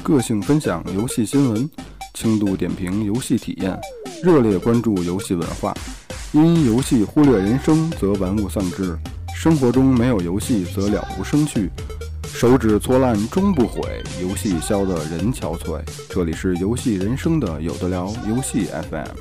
个性分享游戏新闻，轻度点评游戏体验，热烈关注游戏文化。因游戏忽略人生，则玩物丧志；生活中没有游戏，则了无生趣。手指搓烂终不悔，游戏消得人憔悴。这里是游戏人生的有的聊游戏 FM。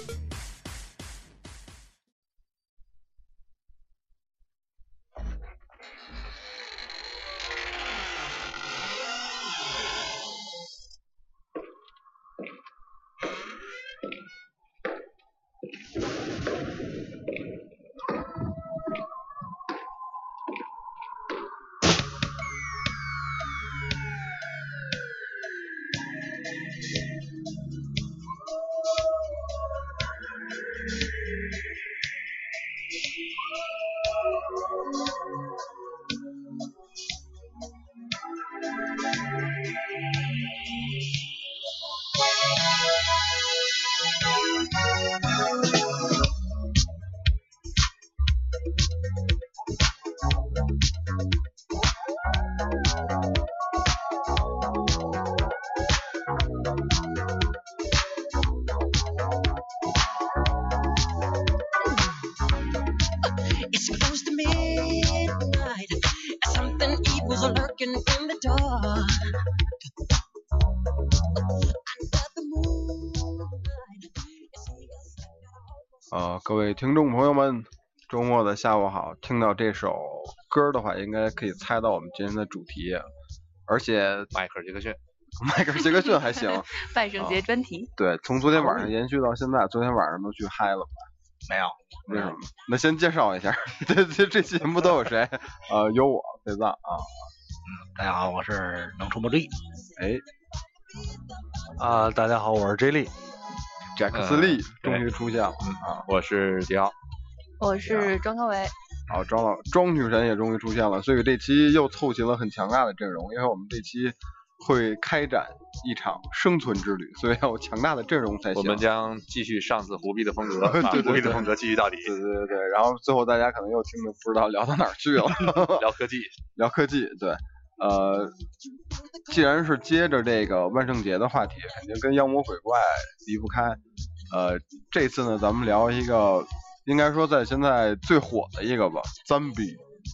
各位听众朋友们，周末的下午好。听到这首歌的话，应该可以猜到我们今天的主题，而且迈克尔· 杰克逊还行。 万圣节专题。 对，从昨天晚上延续到现在，昨天晚上都去嗨了吧？ 没有， 为什么？那先介绍一下，这期节目都有谁？有我肥皂啊。 大家好，我是能出没之一。 大家好，我是 J 莉。 贾克斯利终于出现了我是迪奥， 我是庄康伟。 好，庄女神也终于出现了，所以这期又凑齐了很强大的阵容，因为我们这期会开展一场生存之旅，所以要有强大的阵容才行。 我们将继续上次胡逼的风格，把胡逼的风格继续到底。 对，然后最后大家可能又听得不知道聊到哪儿去了。聊科技，对。既然是接着这个万圣节的话题，肯定跟妖魔鬼怪离不开。这次呢，咱们聊一个应该说在现在最火的一个吧，脏逼。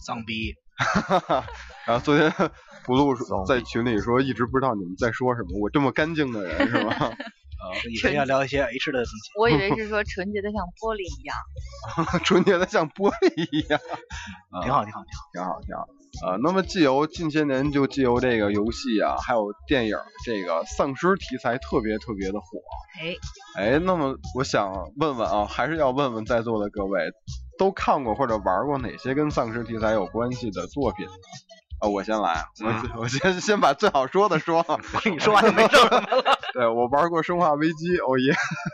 然后昨天不露在群里说，一直不知道你们在说什么，我这么干净的人是吧？ 以前要聊一些 H 的东西。 我以为是说纯洁的像玻璃一样。 纯洁的像玻璃一样。 挺好。 那么近些年就借由这个游戏啊，还有电影，这个丧尸题材特别的火。那么我想问问啊，还是要问问在座的各位，都看过或者玩过哪些跟丧尸题材有关系的作品呢？我先来，我先把最好说的说。 我跟你说完就没剩什么了。 对，我玩过《生化危机》，耶。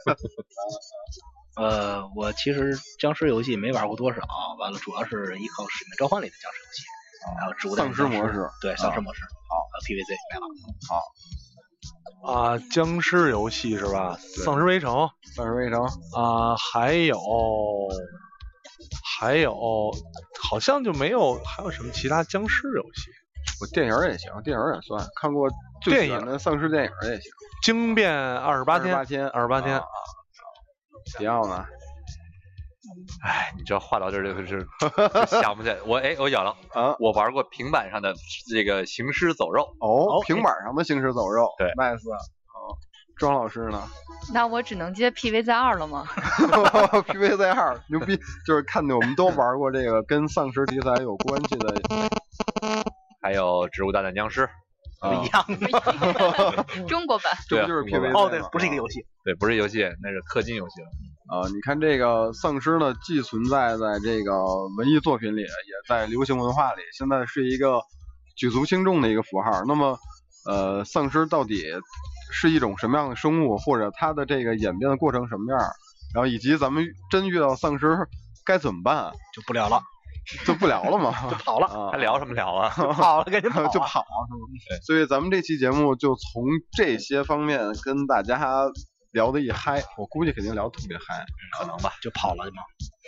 我其实僵尸游戏没玩过多少，完了主要是依靠《使命召唤》里的僵尸游戏，还有植物大战丧尸模式。 对，丧尸模式。 好 ，PVZ 没了。 好。僵尸游戏是吧？丧尸围城。还有，好像就没有，还有什么其他僵尸游戏？ 我电影也行，电影也算，看过最喜欢的丧尸电影也行。 惊变28天。 迪奥呢？ 你知道话到这儿就是想不起来。我咬了啊！ 我玩过平板上的这个行尸走肉。 平板上的行尸走肉。 对 ，nice。庄老师呢？ 那我只能接 PVZ2 了吗 ？PVZ2 牛逼，就是看见我们都玩过这个跟丧尸题材有关系的， 还有植物大战僵尸。 不一样的。中国版。 对，就是 PVZ。 对，不是一个游戏。 对，不是游戏，那是氪金游戏了。 你看这个丧尸呢，既存在这个文艺作品里，也在流行文化里，现在是一个举足轻重的一个符号。那么，丧尸到底是一种什么样的生物，或者它的这个演变的过程什么样，然后以及咱们真遇到丧尸该怎么办？ 就不聊了。 就不聊了嘛， 就跑了， 还聊什么聊啊？ 跑了，赶紧跑， 就跑，是吗？所以咱们这期节目就从这些方面跟大家聊得一嗨，我估计肯定聊得特别嗨， 可能吧，就跑了嘛。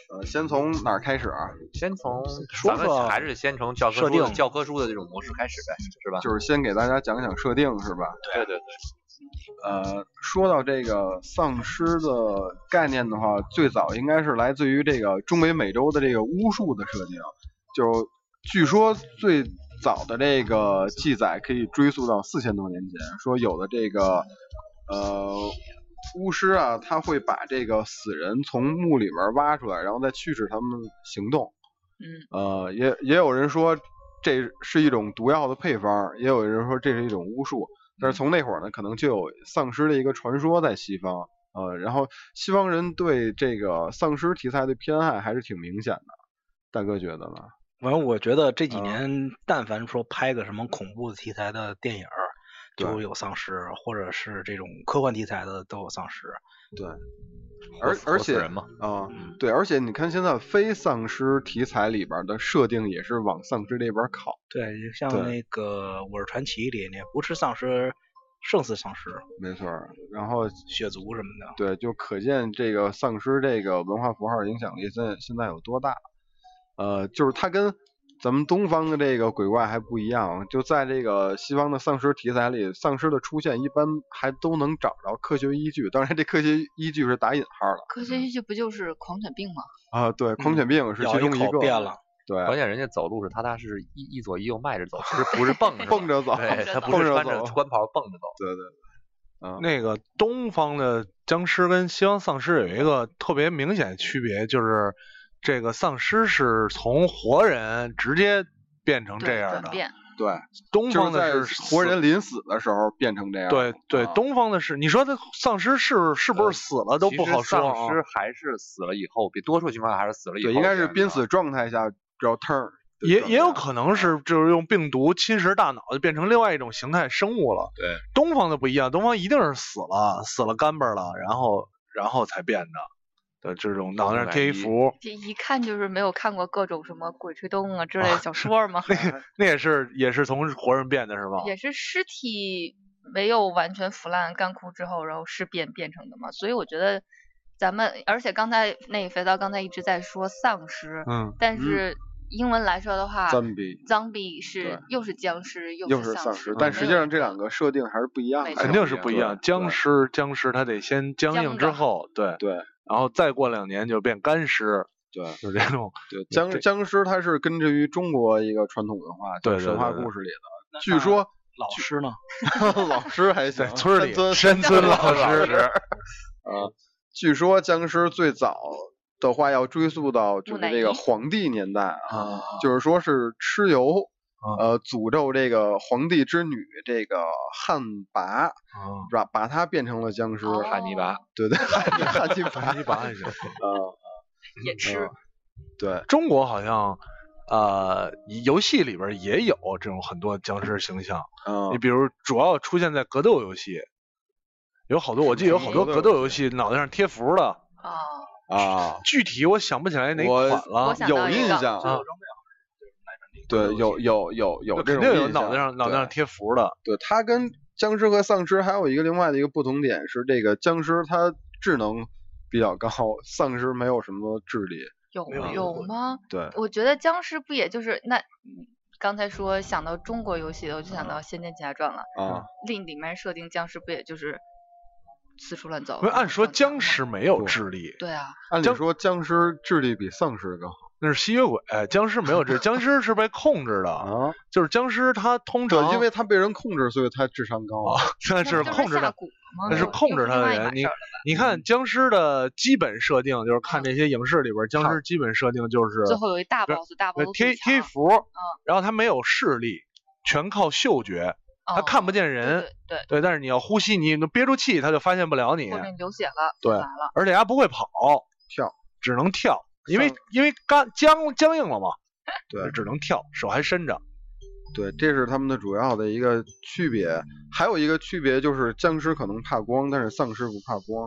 先从哪儿开始啊？ 先从咱们还是先从教科书的这种模式开始呗，是吧？ 就是先给大家讲讲设定，是吧？ 对对对。 说到这个丧尸的概念的话，最早应该是来自于这个中北美洲的这个巫术的设定，就据说最早的这个记载可以追溯到4000多年前，说有的这个巫师啊，他会把这个死人从墓里面挖出来，然后再驱使他们行动。也有人说这是一种毒药的配方，也有人说这是一种巫术。但是从那会儿呢，可能就有丧尸的一个传说在西方，然后西方人对这个丧尸题材的偏爱还是挺明显的。大哥觉得呢？ 反正我觉得这几年，但凡说拍个什么恐怖题材的电影，就有丧尸，或者是这种科幻题材的都有丧尸。 对，而且人嘛， 对，而且你看现在非丧尸题材里边的设定也是往丧尸这边靠。 对，像那个《我是传奇》里那不是丧尸，胜似丧尸。 没错，然后血族什么的。 对，就可见这个丧尸这个文化符号影响力现在有多大。就是它跟咱们东方的这个鬼怪还不一样，就在这个西方的丧尸题材里，丧尸的出现一般还都能找着科学依据，当然这科学依据是打引号的。 科学依据不就是狂犬病吗？对，狂犬病是其中一个。 变了。 对， 关键人家走路是踏踏实实一左一右迈着走，不是蹦着蹦着走， 对，他不是穿着官袍蹦着走。 对。 那个东方的僵尸跟西方丧尸有一个特别明显的区别，就是这个丧尸是从活人直接变成这样的。 对， 东方的是活人临死的时候变成这样。 对，东方的是，你说他丧尸是不是死了都不好说。 丧尸还是死了以后，多数情况下还是死了以后。 对，应该是濒死状态下要 turn。 也有可能是就是用病毒侵蚀大脑，就变成另外一种形态生物了。 对， 东方的不一样，东方一定是死了干巴了，然后才变的。对，这种脑袋上贴一符， 这一看就是没有看过各种什么鬼吹灯啊之类的小说吗？ 那也是从活人变的是吧？ 也是尸体没有完全腐烂干枯之后，然后尸变成的嘛。所以我觉得咱们，而且刚才那肥皂刚才一直在说丧尸，但是英文来说的话 ，zombie 是又是僵尸又是丧尸， 但实际上这两个设定还是不一样的， 肯定是不一样。僵尸它得先僵硬之后，对。然后再过2年就变干尸， 对， 就这种。 对，僵尸它是根植于中国一个传统文化， 对神话故事里的。据说老师呢？ 老师还行， 村里山村老师。 据说僵尸最早的话要追溯到就是这个黄帝年代啊，就是说是蚩尤。诅咒这个皇帝之女这个汉魃，是吧？把她变成了僵尸， 汉尼拔， 对，汉尼拔也行， 也吃。 对， 中国好像游戏里边也有这种很多僵尸形象，你比如主要出现在格斗游戏，有好多我记得有好多格斗游戏脑袋上贴符的具体我想不起来哪款了， 有印象啊。对，有这种， 肯定有脑袋上贴符的。 对，它跟僵尸和丧尸还有另外的一个不同点是，这个僵尸它智能比较高，丧尸没有什么智力。 有吗？ 对， 我觉得僵尸不也就是那，刚才说想到中国游戏的，我就想到《仙剑奇侠传》了啊。里面设定僵尸不也就是四处乱走？ 因为按说僵尸没有智力。 对啊。 按理说僵尸智力比丧尸更好。 那是吸血鬼，僵尸没有智力，僵尸是被控制的啊。就是僵尸他通常因为他被人控制，所以他智商高啊。 那是控制他，那是控制他的人。你看僵尸的基本设定，就是看这些影视里边，僵尸基本设定就是最后有一大 boss， 贴符，然后他没有视力，全靠嗅觉，他看不见人。对，但是你要呼吸，你憋住气，他就发现不了你。 或者你流血了， 对，而且他不会跑，只能跳。因为僵硬了嘛， 对， 只能跳，手还伸着。 对，这是他们的主要的一个区别。还有一个区别就是僵尸可能怕光，但是丧尸不怕光。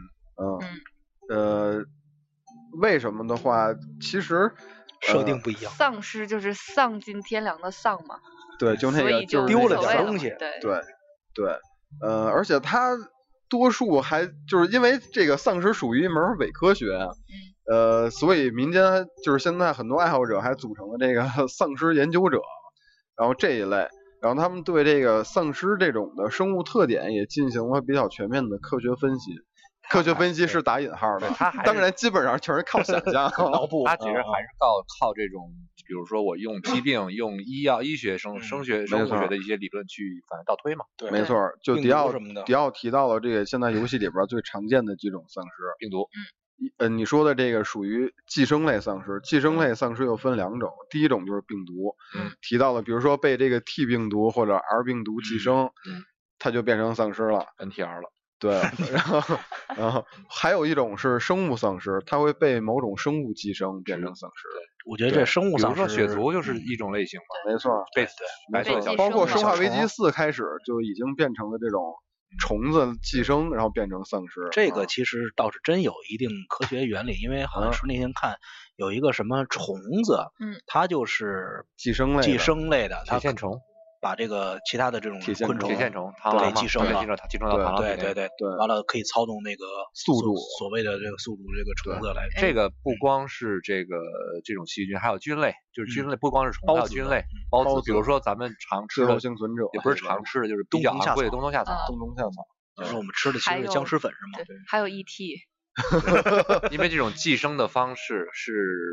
为什么的话，其实设定不一样。 丧尸就是丧尽天良的丧嘛。 对，就那个就丢了点东西。 对，而且它多数还就是因为这个丧尸属于一门伪科学啊。 所以民间就是现在很多爱好者还组成了这个丧尸研究者，然后这一类，然后他们对这个丧尸这种的生物特点也进行了比较全面的科学分析。科学分析是打引号的，当然基本上全是靠想象脑补。 他其实还是靠这种，比如说我用疾病、用医学、生物学的一些理论去反倒推嘛。 对，没错。就迪奥提到了这个现在游戏里边最常见的几种丧尸， 病毒。 你说的这个属于寄生类丧尸，寄生类丧尸又分2种，第一种就是病毒，提到了比如说被这个 T 病毒或者 R 病毒寄生，它就变成丧尸了 ，NTR 了。 对，然后还有一种是生物丧尸，它会被某种生物寄生变成丧尸。 我觉得这生物丧尸， 比如说血族就是一种类型嘛。 没错， 没错， 包括生化危机4开始就已经变成了这种虫子寄生，然后变成丧尸。 这个其实倒是真有一定科学原理，因为好像是那天看有一个什么虫子，它就是寄生类的， 铁线虫。 把这个其他的这种昆虫、 铁线虫给寄生了， 寄生到螳螂里。对，完了可以操纵那个速度， 所谓的这个速度，这个虫子来。 这个不光是这种细菌，还有菌类，就是菌类不光是虫，还有菌类，包子，比如说咱们常吃的幸存者， 也不是常吃的，就是比较昂贵的冬虫夏草。 就是我们吃的其实是僵尸粉是吗？ 对，还有 ET。 因为这种寄生的方式是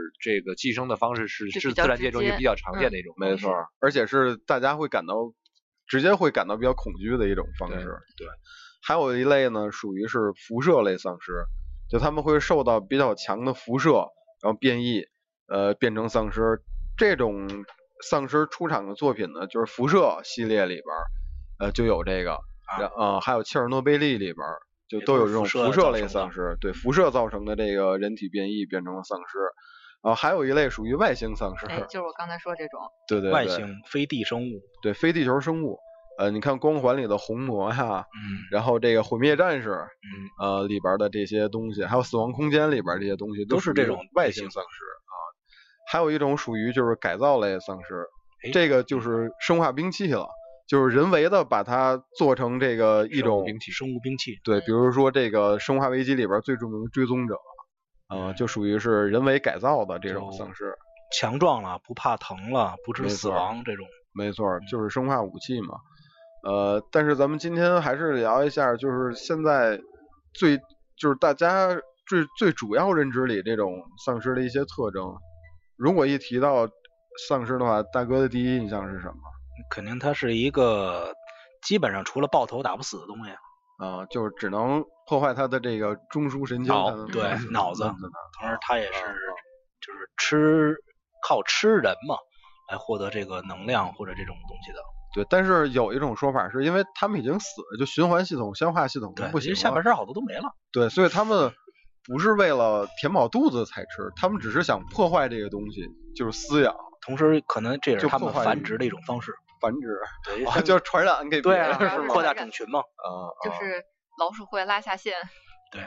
自然界中也比较常见的一种， 没错，而且是大家直接会感到比较恐惧的一种方式。对，还有一类呢，属于是辐射类丧尸，就他们会受到比较强的辐射，然后变异，变成丧尸。这种丧尸出场的作品呢，就是辐射系列里边，就有这个，还有切尔诺贝利里边。就都有这种辐射类丧尸，对，辐射造成的这个人体变异变成了丧尸，还有一类属于外星丧尸， 就是我刚才说这种， 对， 外星非地生物， 对，非地球生物，你看光环里的红魔呀，然后这个毁灭战士，里边的这些东西，还有死亡空间里边这些东西都是这种外星丧尸还有一种属于就是改造类丧尸，这个就是生化兵器了。就是人为的把它做成这个一种生物兵器， 对，比如说这个生化危机里边最著名的追踪者，就属于是人为改造的这种丧尸， 强壮了，不怕疼了，不致死亡这种， 没错，就是生化武器嘛。但是咱们今天还是聊一下，就是现在就是大家最主要认知里这种丧尸的一些特征。如果一提到丧尸的话，大哥的第一印象是什么？ 肯定它是一个基本上除了爆头打不死的东西就是只能破坏它的这个中枢神经， 对，脑子，同时它也是就是靠吃人嘛来获得这个能量或者这种东西的。 对，但是有一种说法是因为他们已经死了，就循环系统、消化系统都不行了， 下半身好多都没了。 对，所以他们不是为了填饱肚子才吃，他们只是想破坏这个东西，就是饲养， 同时可能这也是他们繁殖的一种方式。 繁殖，对，就是传染给别人， 是扩大种群嘛。 就是老鼠会拉下线。 对。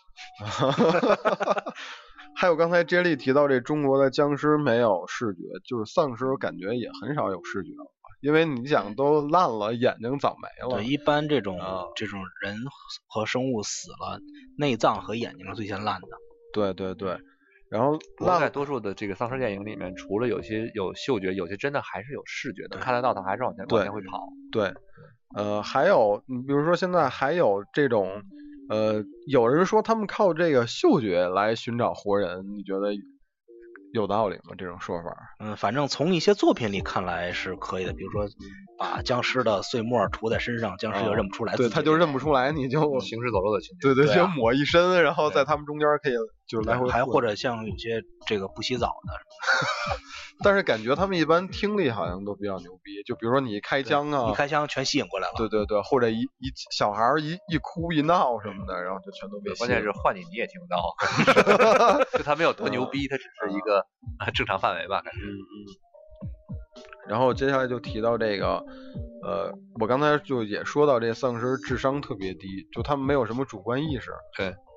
还有刚才杰利提到这中国的僵尸没有视觉，就是丧尸感觉也很少有视觉了，因为你想都烂了，眼睛早没了。 对，一般这种人和生物死了，内脏和眼睛是最先烂的。 对。然后在多数的这个丧尸电影里面，除了有些有嗅觉，有些真的还是有视觉的，看得到它还是往前会跑。 对，还有你比如说现在还有这种有人说他们靠这个嗅觉来寻找活人，你觉得有道理吗？这种说法？ 反正从一些作品里看来是可以的，比如说把僵尸的碎末涂在身上，僵尸就认不出来。 对，他就认不出来，你就行尸走肉的情节。 对，就抹一身，然后在他们中间可以就是来回。 还或者像有些这个不洗澡的， 但是感觉他们一般听力好像都比较牛逼，就比如说你一开枪啊， 一开枪全吸引过来了。 对，或者一小孩一哭一闹什么的，然后就全都被吸引。 关键是换你也听不到，就他没有多牛逼，他只是一个正常范围吧，感觉。 然后接下来就提到这个，我刚才就也说到这丧尸智商特别低，就他们没有什么主观意识。 对。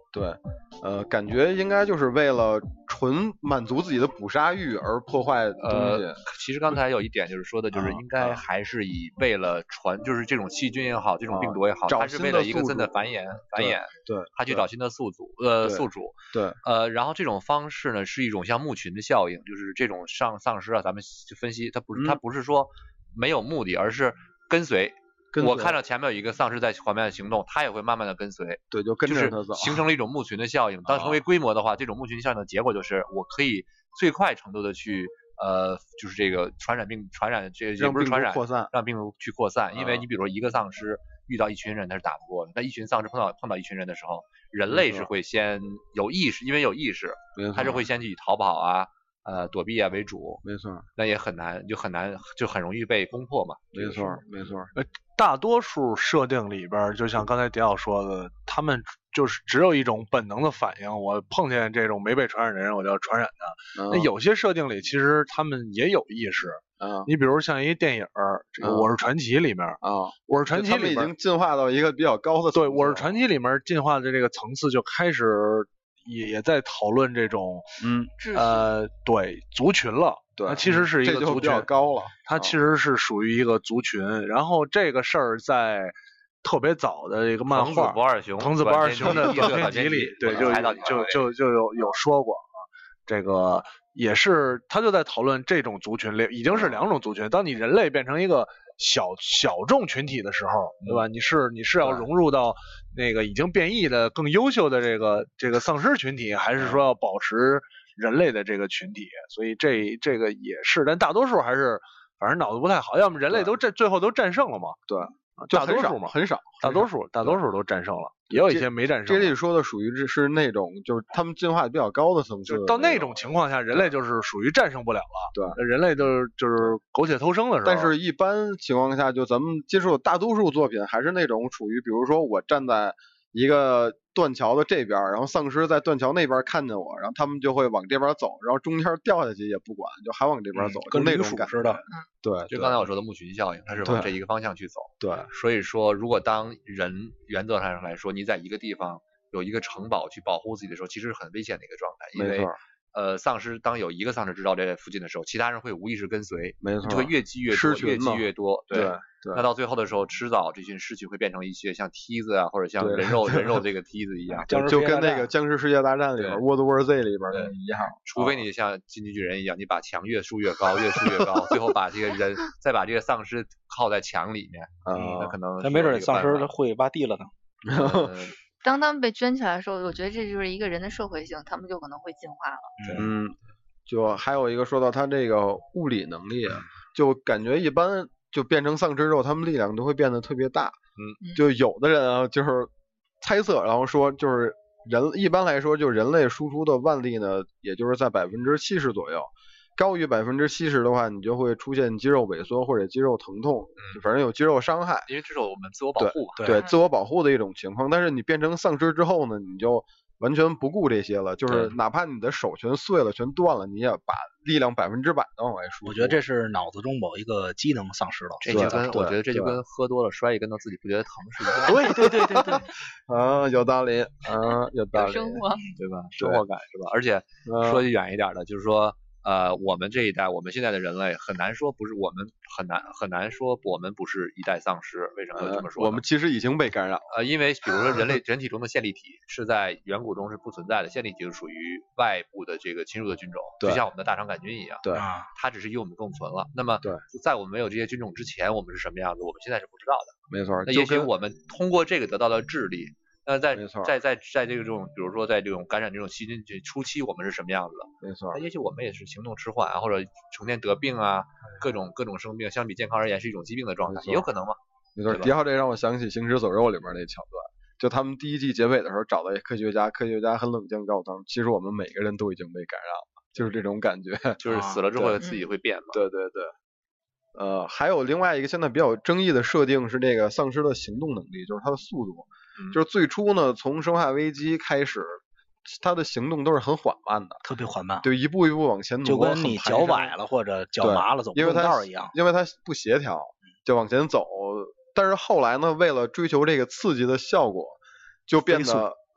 对，感觉应该就是为了纯满足自己的捕杀欲而破坏东西。 其实刚才有一点就是说的，就是应该还是以为了就是这种细菌也好，这种病毒也好，它是为了一个新的繁衍， 对， 它去找新的宿主， 对， 然后这种方式呢是一种像牧群的效应，就是这种丧尸啊，咱们分析，它不是说没有目的，而是跟随。我看到前面有一个丧尸在缓慢的行动，它也会慢慢的跟随， 对，就跟着它走， 形成了一种牧群的效应。当成为规模的话，这种牧群效应的结果就是我可以最快程度的去就是这个传染这也不是传染，让病毒去扩散。因为你比如说一个丧尸遇到一群人，它是打不过的。那一群丧尸碰到一群人的时候，人类是会先有意识，因为有意识，它是会先去以逃跑啊。躲避啊为主， 没错， 那也很难，就很容易被攻破嘛。 没错。 大多数设定里边，就像刚才迪奥说的，他们就是只有一种本能的反应，我碰见这种没被传染的人，我就要传染他。那有些设定里，其实他们也有意识。你比如像一电影这个《我是传奇》里面我是传奇》里面已经进化到一个比较高的层次。 对，《我是传奇》里面进化的这个层次就开始。也在讨论这种对族群了， 对， 它其实是一个族群， 比较高了， 它其实是属于一个族群。然后这个事儿在特别早的这个漫画《藤子不二雄的短篇集》里，对，就有说过啊，这个也是他就在讨论这种族群，已经是两种族群。当你人类变成一个小众群体的时候，对吧？你是要融入到那个已经变异的更优秀的这个丧尸群体，还是说要保持人类的这个群体？所以这个也是，但大多数还是反正脑子不太好，要么人类最后都战胜了嘛？ 对， 大多数嘛， 很少， 大多数都战胜了。也有一些没战胜。 这里说的属于是那种，就是他们进化比较高的层次。 到那种情况下，人类就是属于战胜不了了。 对， 人类就是苟且偷生的时候。 但是一般情况下，就咱们接触大多数作品还是那种处于，比如说我站在一个断桥的这边，然后丧尸在断桥那边看见我，然后他们就会往这边走，然后中间掉下去也不管，就还往这边走， 跟那种感觉的。 对， 就刚才我说的牧群效应，它是往这一个方向去走。 对， 所以说，如果当人原则上来说，你在一个地方有一个城堡去保护自己的时候，其实是很危险的一个状态，因为丧尸当有一个丧尸知道这附近的时候，其他人会无意识跟随， 没错， 就会越积越多，越积越多。 对。 那到最后的时候，迟早这群尸体会变成一些像梯子啊，或者像人肉这个梯子一样， 就跟那个僵尸世界大战里边 World War Z 里边的一样。 除非你像进击巨人一样，你把墙越竖越高，最后把这个人再把这个丧尸靠在墙里面，那可能那没准丧尸会挖地了呢。 当他们被圈起来的时候，我觉得这就是一个人的社会性，他们就可能会进化了。 就还有一个说到他这个物理能力，就感觉一般。就变成丧尸之后，他们力量都会变得特别大。就有的人啊，就是猜测，然后说就是一般来说，就人类输出的腕力呢，也就是在70%左右。高于70%的话，你就会出现肌肉萎缩或者肌肉疼痛，反正有肌肉伤害。 因为这是我们自我保护嘛。 对，自我保护的一种情况。但是你变成丧尸之后呢，你就完全不顾这些了，就是哪怕你的手全碎了、全断了，你也把力量100%的往外输。 我觉得这是脑子中某一个机能丧失了。 我觉得这就跟喝多了摔一跟头自己不觉得疼是一样。 对。有道理。有道理。 生活， 对吧？生活感是吧？而且说句远一点的，就是说。我们这一代，我们现在的人类很难说不是我们很难说我们不是一代丧尸。为什么这么说？ 我们其实已经被感染了。 因为比如说人体中的线粒体是在远古中是不存在的，线粒体是属于外部的这个侵入的菌种，就像我们的大肠杆菌一样。 对， 它只是与我们共存了。那么在我们没有这些菌种之前，我们是什么样子？我们现在是不知道的。 没错。 那也许我们通过这个得到了智力。在这种，比如说在这种感染这种细菌初期，我们是什么样子的？ 没错。 那也许我们也是行动迟缓啊，或者成天得病啊，各种生病，相比健康而言是一种疾病的状态，也有可能嘛。 没错。迪奥这让我想起《行尸走肉》里面那桥段，就他们第一季结尾的时候找到科学家很冷静告诉他们，其实我们每个人都已经被感染了，就是这种感觉， 就是死了之后自己会变嘛。 对。还有另外一个现在比较有争议的设定是这个丧尸的行动能力，就是它的速度。就是最初呢，从生化危机开始，它的行动都是很缓慢的， 特别缓慢， 对，一步一步往前挪， 就跟你脚崴了或者脚麻了走不动道一样， 因为它不协调，就往前走。但是后来呢，为了追求这个刺激的效果，就变得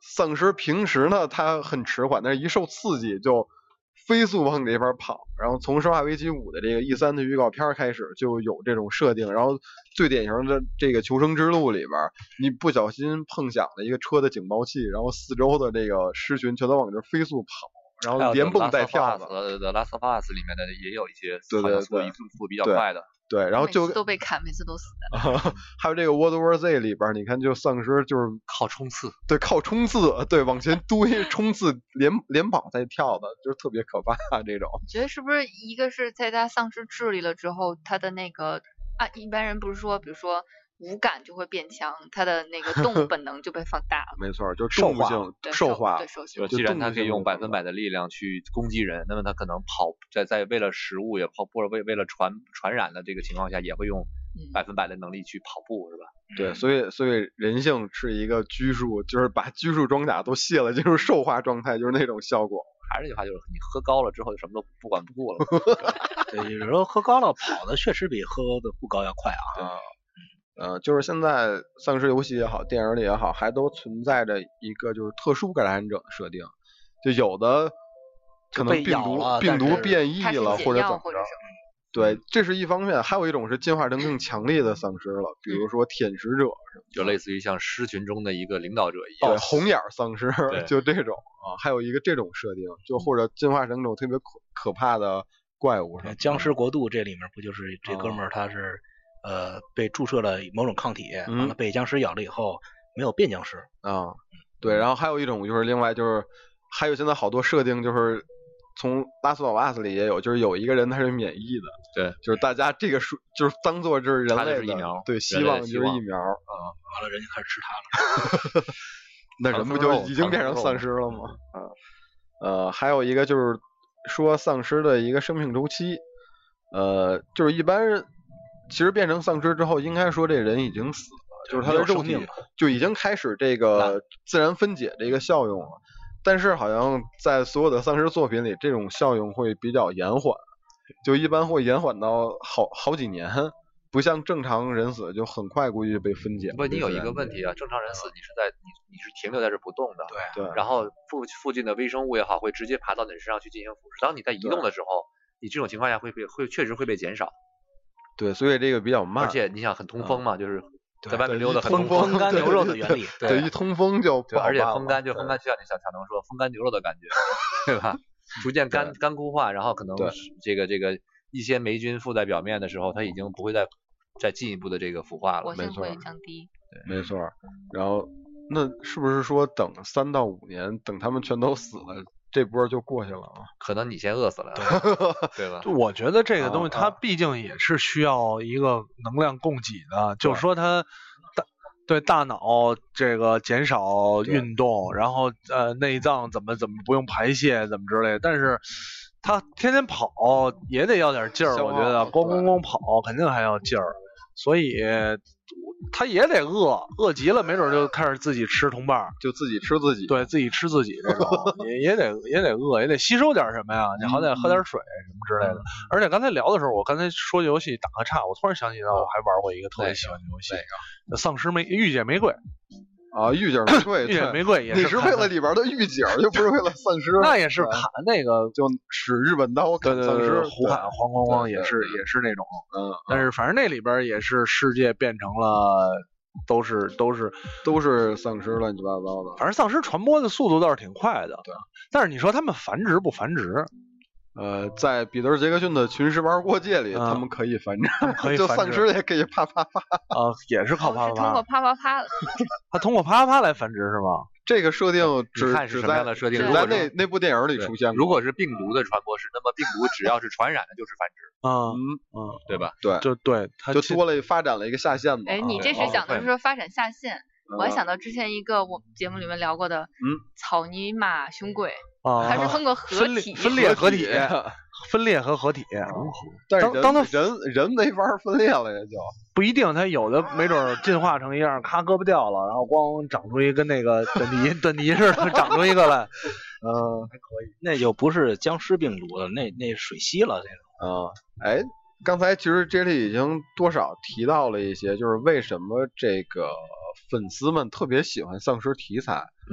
丧尸平时呢它很迟缓，但是一受刺激就飞速往你这边跑。然后从《生化危机5》的这个 E3 的预告片开始就有这种设定，然后最典型的这个求生之路里边，你不小心碰响了一个车的警报器，然后四周的这个狮群全都往这飞速跑，然后连蹦带跳的。 The Last of Us 里面的也有一些速度比较快的。 对，然后就每次都被砍，每次都死的。 还有这个 World War Z 里边，你看就丧尸就是靠冲刺， 对，靠冲刺，对，往前堆冲刺，连跑带跳的，就是特别可怕这种。 我觉得是不是一个是在他丧失智力了之后，他的那个一般人不是说，比如说五感就会变强，他的那个动物本能就被放大了。 没错，就动物性兽化。 对，兽性。 既然他可以用100%的力量去攻击人，那么他可能在为了食物也跑，或者为了传染的这个情况下，也会用100%的能力去跑步，是吧？ 对，所以人性是一个拘束，就是把拘束装甲都卸了，进入兽化状态，就是那种效果。 还是那句话，就是你喝高了之后，就什么都不管不顾了。 对，有时候喝高了跑的确实比喝的不高要快啊。 就是现在丧尸游戏也好，电影里也好，还都存在着一个就是特殊感染者的设定，就有的可能病毒变异了或者怎么着。对，这是一方面，还有一种是进化成更强烈的丧尸了，比如说舔食者， 就类似于像狮群中的一个领导者一样， 对，红眼丧尸，就这种啊，还有一个这种设定，就或者进化成那种特别可怕的怪物。 僵尸国度这里面不就是这哥们儿他是被注射了某种抗体，完了被僵尸咬了以后没有变僵尸啊，对，然后还有一种就是另外就是还有现在好多设定就是从Last of Us里也有，就是有一个人他是免疫的， 对， 就是大家这个就是当做这是人类的疫苗， 对，希望就是疫苗啊，完了人家开始吃它了， 那人不就已经变成丧尸了吗？还有一个就是说丧尸的一个生命周期，就是一般人其实变成丧尸之后，应该说这人已经死了，就是他的肉体就已经开始这个自然分解这个效用了。但是好像在所有的丧尸作品里，这种效用会比较延缓，就一般会延缓到好几年，不像正常人死就很快估计就被分解。 不，你有一个问题啊，正常人死你是停留在这不动的， 对， 然后附近的微生物也好，会直接爬到你身上去进行腐蚀。当你在移动的时候，你这种情况下会确实会被减少。 对，所以这个比较慢， 而且你想很通风嘛，就是在外面溜达很风干牛肉的原理， 对，一通风就不好， 而且风干就像你小能说风干牛肉的感觉，对吧？逐渐干枯化，然后可能这个一些霉菌附在表面的时候，它已经不会再进一步的这个腐化了， 活性会降低。 对，没错。然后那是不是说等3到5年，等他们全都死了，这波就过去了啊？ 可能你先饿死了，对吧？ 我觉得这个东西它毕竟也是需要一个能量供给的，就是说它对大脑这个减少运动，然后内脏怎么不用排泄怎么之类的，但是他天天跑也得要点劲儿，我觉得咣跑肯定还要劲儿，所以他也得饿极了，没准就开始自己吃同伴， 就自己吃自己， 对自己吃自己这种也得饿，也得吸收点什么呀，你好歹喝点水什么之类的。而且刚才聊的时候，我刚才说游戏打个岔，我突然想起来我还玩过一个特别喜欢的游戏，丧尸御姐玫瑰。 啊，御姐玫瑰， 御姐玫瑰也是， 你是为了里边的御姐，又不是为了丧尸。 那也是砍那个， 就使日本刀砍丧尸， 胡砍哐，也是那种。但是反正那里边也是世界变成了都是丧尸乱七八糟的。 反正丧尸传播的速度倒是挺快的。对。但是你说他们繁殖不繁殖？ 在彼得·杰克逊的《群尸玩过界》里，他们可以繁殖，就丧尸也可以啪啪啪也是靠啪啪啪， 通过啪啪啪， 他通过啪啪来繁殖是吗？ 这个设定只看是什么样的设定， 只在那部电影里出现过。 如果是病毒的传播是，那么病毒只要是传染的就是繁殖，对吧？ 对， 就对，它就多了发展了一个下线嘛。 哎，你这是讲的是说发展下线？我还想到之前一个我们节目里面聊过的，草泥马凶鬼。还是通过合体分裂合体，分裂和合体。 但是当他人没法分裂了，也就不一定。他有的没准进化成一样，咔胳膊掉了，然后光长出一跟那个短笛似的，长出一个来。 还可以。那就不是僵尸病毒了，那水稀了那种。哎，刚才其实这里已经多少提到了一些，就是为什么这个粉丝们特别喜欢丧尸题材。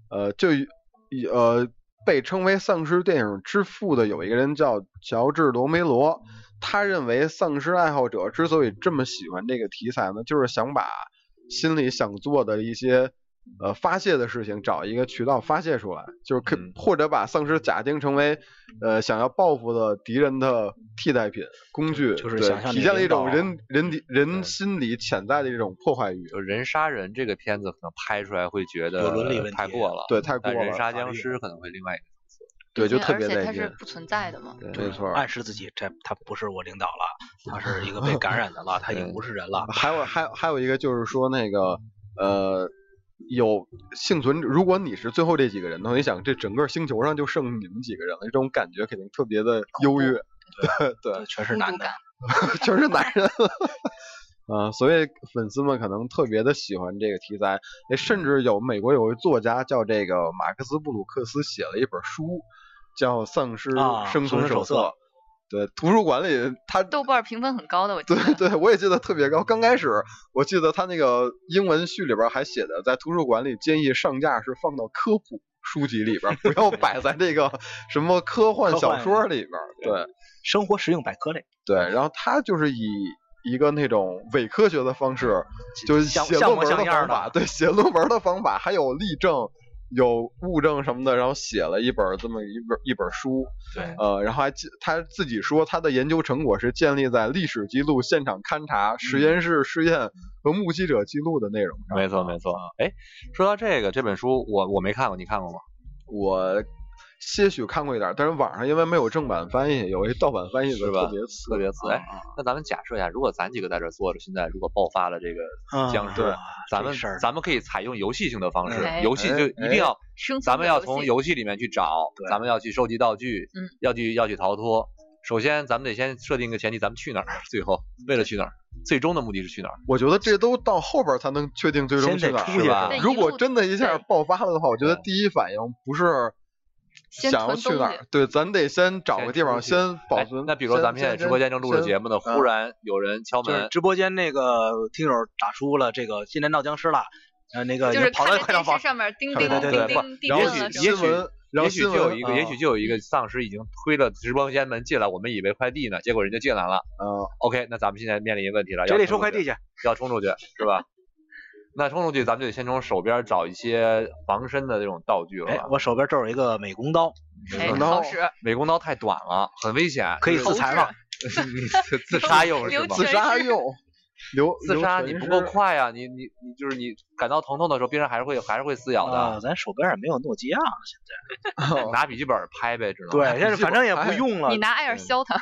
被称为丧尸电影之父的有一个人叫乔治·罗梅罗，他认为丧尸爱好者之所以这么喜欢这个题材呢，就是想把心里想做的一些发泄的事情找一个渠道发泄出来，就是或者把丧尸假定成为想要报复的敌人的替代品工具， 就是想象体现了一种人心里潜在的一种破坏欲。 人杀人这个片子可能拍出来会觉得有伦理问题太过了， 对，太过了。 但人杀僵尸可能会另外一个层次， 对，就特别带劲。 而且它是不存在的嘛， 没错， 暗示自己他不是我领导了，他是一个被感染的了，他已经不是人了。 还有一个就是说那个有幸存者，如果你是最后这几个人的话，你想这整个星球上就剩你们几个人了，这种感觉肯定特别的优越。对， 全是男的， 全是男人。所以粉丝们可能特别的喜欢这个题材，甚至美国有位作家叫这个马克思布鲁克斯写了一本书，叫《丧尸生存手册》。对，图书馆里他豆瓣评分很高的，我记得。对，我也记得特别高。刚开始我记得他那个英文序里边还写的，在图书馆里建议上架是放到科普书籍里边，不要摆在这个什么科幻小说里边。对， 生活实用百科类。 对，然后他就是以一个那种伪科学的方式，就是写论文的方法，对，写论文的方法，还有例证。有物证什么的，然后写了这么一本书， 对， 然后他自己说他的研究成果是建立在历史记录、现场勘查、实验室试验和目击者记录的内容上。 没错。哎，说到这本书我没看过，你看过吗？ 我些许看过一点，但是网上因为没有正版翻译，有一盗版翻译的特别次。 哎，那咱们假设一下，如果咱几个在这坐着，现在如果爆发了这个僵尸，咱们可以采用游戏性的方式，游戏就一定要，咱们要从游戏里面去找，咱们要去收集道具，要去逃脱。首先咱们得先设定一个前提，咱们去哪儿？最后为了去哪儿？最终的目的是去哪儿？ 我觉得这都到后边才能确定最终去哪儿，是吧？如果真的一下爆发了的话，我觉得第一反应不是想要去哪儿，对，咱得先找个地方先保存。 那比如咱们现在直播间正录着节目呢，忽然有人敲门， 直播间那个听友打出了这个今年闹僵尸了，那个就是跑到快乐房上面叮叮叮叮叮， 也许就有一个丧尸已经推了直播间门进来，我们以为快递呢，结果人就进来了。OK， 那咱们现在面临一个问题了， 谁得收快递去？ 要冲出去是吧？那冲出去，咱们就得先从手边找一些防身的这种道具了吧？ 我手边这有一一个美工刀， 美工刀太短了，很危险， 可以自残吗？ 自杀用是吗？ 自杀用。 自杀你不够快啊！你就是你感到疼痛的时候，病人还是会撕咬的。 咱手边也没有诺基亚， 现在拿笔记本拍呗，只能。 对，现在反正也不用了。 你拿艾尔削它。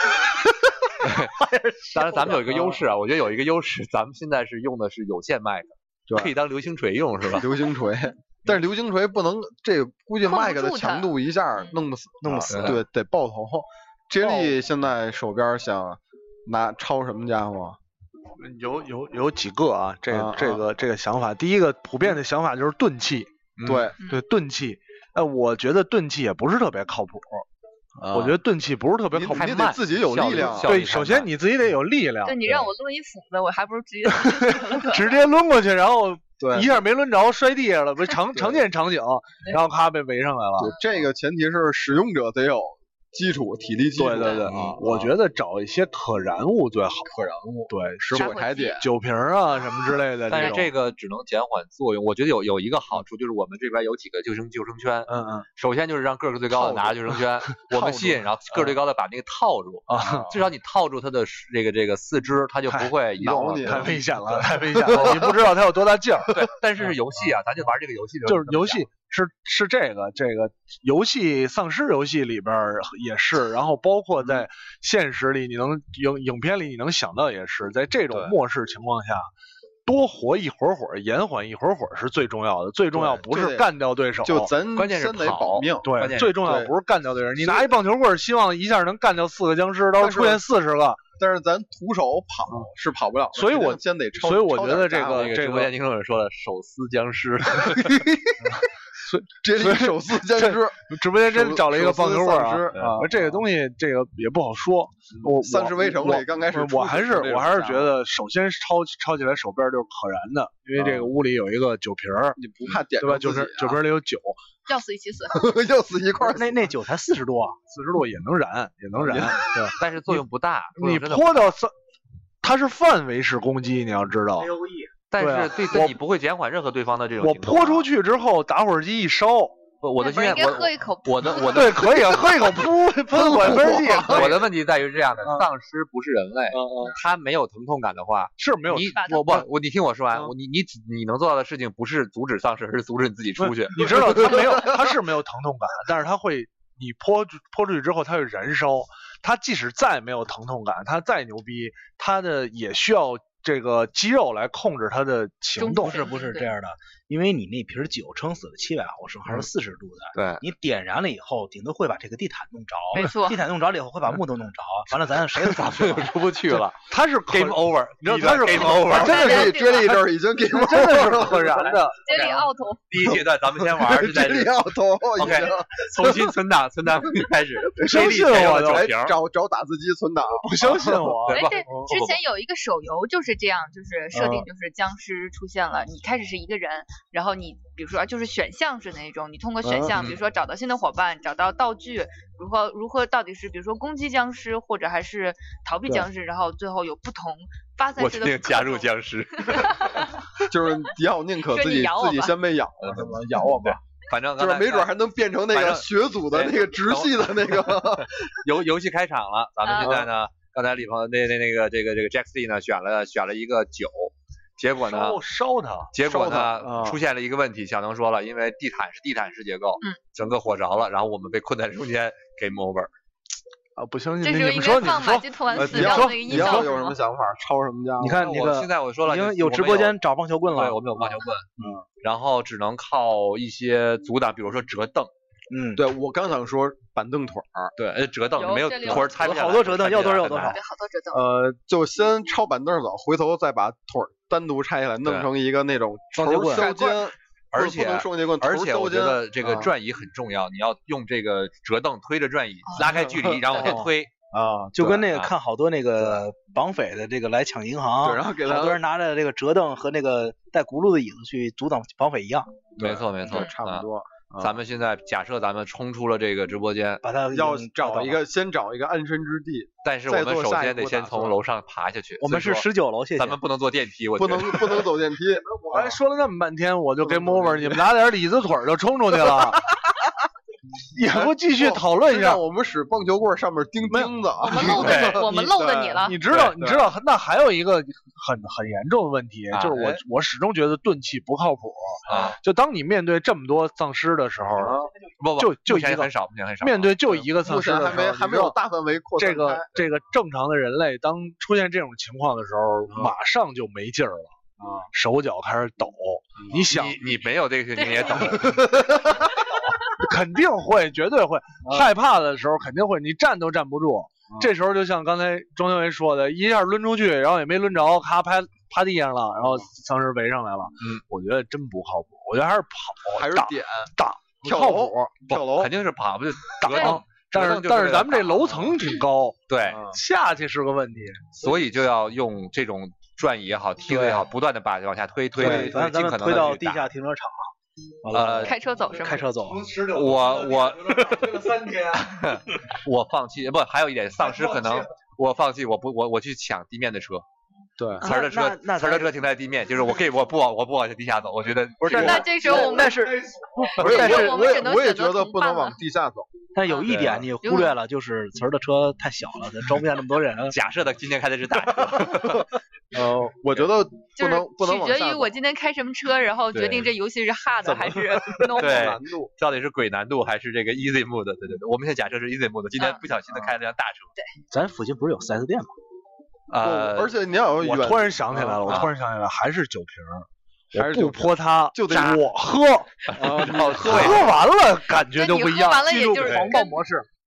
当然，咱们有一个优势啊，我觉得有一个优势，咱们现在是用的是有线麦克，可以当流星锤用，是吧？ 流星锤，但是流星锤不能，这个估计麦克的强度一下弄不死，对，得爆头。杰利现在手边想抄什么家伙？ 有几个啊，这个想法。第一个普遍的想法就是钝器，对，钝器。我觉得钝器也不是特别靠谱。我觉得钝器不是特别靠谱， 你得自己有力量。 对，首先你自己得有力量。 对，你让我抡一斧子，我还不如直接抡过去，然后一下没抡着摔地下了，不是常见场景，然后咔被围上来了。 这个前提是使用者得有基础体力基础。 对，我觉得找一些可燃物最好。 可燃物， 对， 石火柴点、 酒瓶啊什么之类的。 但是这个只能减缓作用。我觉得有一个好处，就是我们这边有几个救生圈。首先就是让个儿最高的拿着救生圈，我们吸引，然后个儿最高的把那个套住啊，至少你套住它的这个四肢，它就不会移动了。 太危险了，太危险了！你不知道它有多大劲儿。 对，但是游戏啊，咱就玩这个游戏， 就是游戏。是这个游戏，丧尸游戏里边也是，然后包括在现实里，你能影片里你能想到也是，在这种末世情况下，多活一会儿，延缓一会儿是最重要的。最重要不是干掉对手， 就咱关键是得保命。 对，最重要不是干掉对人。你拿一棒球棍，希望一下能干掉4个僵尸，到时候出现40个。 但是咱徒手跑是跑不了， 所以我先得所以我觉得这个直播间听众说了手撕僵尸。 接力手撕僵尸， 直播间真找了一个棒球棍啊！这个东西这个也不好说。 丧尸围城里刚开始， 我还是觉得，首先抄起来手边就是可燃的，因为这个屋里有一个酒瓶儿， 你不怕点对吧？酒瓶里有酒， 要死一起死， 要死一块儿。 那酒才40度啊 ，40度也能燃，对， 但是作用不大。 你泼到它是范围式攻击，你要知道。 但是对你不会减缓任何对方的这种。 我泼出去之后，打火机一烧， 我的经验，我的对，可以喝一口，喷火喷气。 我的问题在于这样的，丧尸不是人类，他没有疼痛感的话， 是没有。 你听我说完，你能做到的事情不是阻止丧尸，而是阻止你自己出去。 你知道他是没有疼痛感，但是他会，你泼出去之后，它会燃烧。他即使再没有疼痛感，他再牛逼，他的也需要这个肌肉来控制他的行动。 不是这样的，因为你那瓶酒撑死了700毫升，还是40度的。 对， 你点燃了以后，顶多会把这个地毯弄着。 没错， 地毯弄着了以后会把木头弄着，完了咱谁都出不去了。 他是 game over， 你知道他是 game over， 真的是接力这儿已经 game over， 真的是可燃的。 接力奥头。 第一阶段咱们先玩是在接力奥头 ，OK， 重新存档开始。 不相信我， 找打字机存档， 不相信我。 对，之前有一个手游就是这样，就是设定就是僵尸出现了，你开始是一个人，然后你比如说就是选项是那种，你通过选项，比如说找到新的伙伴，找到道具，如何到底是比如说攻击僵尸或者还是逃避僵尸，然后最后有不同发散式的。 我决定加入僵尸， 就是宁可自己先被咬了，是吗？咬我吧。 反正就是没准还能变成那个血组的那个直系的那个。 游戏开场了，咱们现在呢，刚才李鹏那个这个 Jack C 呢选了一个酒。结果呢？ 烧它。 结果呢？出现了一个问题，小能说了，因为地毯式结构，整个火着了，然后我们被困在中间 ，game over。 啊，不相信。 这是你说， 放马戏团死掉的那个音效。 有什么想法？抄什么家？ 你看， 现在我说了， 已经有直播间找棒球棍了。 对，我们有棒球棍。然后只能靠一些阻挡，比如说折凳。 对，我刚想说板凳腿儿。 对，折凳没有腿儿拆不下来。 好多折凳，要多少有多少。 好多折凳。 就先抄板凳走，回头再把腿儿单独拆下来，弄成一个那种头削肩。 而且我觉得这个转椅很重要，你要用这个折凳推着转椅，拉开距离，然后往前推。 就跟那个看好多那个绑匪的这个来抢银行， 然后给好多人拿着这个折凳和那个带轱辘的椅子去阻挡绑匪一样。 没错， 差不多。 咱们现在假设咱们冲出了这个直播间， 把它要先找一个安身之地， 但是我们首先得先从楼上爬下去。 我们是19楼，谢谢。 咱们不能坐电梯， 不能走电梯。 我还说了那么半天，我就game over，你们拿点椅子腿就冲出去了。也不继续讨论一下？ 我们使棒球棍上面钉钉子， 我们漏的你了。 你知道，那还有一个很严重的问题，就是我始终觉得钝器不靠谱啊。 就当你面对这么多丧尸的时候，就很少， 面对就一个丧尸的时候， 还没有大范围扩散。 这个正常的人类，当出现这种情况的时候，马上就没劲儿了手脚开始抖。你想， 你没有这个你也抖。 肯定会，绝对会。害怕的时候肯定会，你站都站不住。这时候就像刚才庄天伟说的，一下抡出去，然后也没抡着，咔趴地上了，然后丧尸围上来了。我觉得真不靠谱。我觉得还是跑， 还是点打跳楼，肯定是跑，不就打。 但是咱们这楼层挺高， 对， 下去是个问题， 所以就要用这种转椅也好，梯子也好，不断的把往下推，尽可能推到地下停车场。 开车走是吗？ 开车走。 我推了3天。 我放弃，不，还有一点，丧尸可能我放弃，我去抢地面的车。 对， 词儿的车停在地面，就是我不往地下走，我觉得不是。 那这时候我们但是我也觉得不能往地下走。 但有一点你忽略了，就是词儿的车太小了，咱装不下那么多人。 假设的今天开的是大车。 我觉得不能取决于我今天开什么车，然后决定这游戏是 hard 还是 normal 难度，到底是鬼难度还是这个 easy mode。对，我们现在假设是 easy mode，今天不小心的开了辆大车。 对， 咱附近不是有 4S 店吗？ 而且你要有我突然想起来了，还是酒瓶， 还是不泼它， 就得我喝，喝完了感觉就不一样。 喝完了也就是狂暴模式。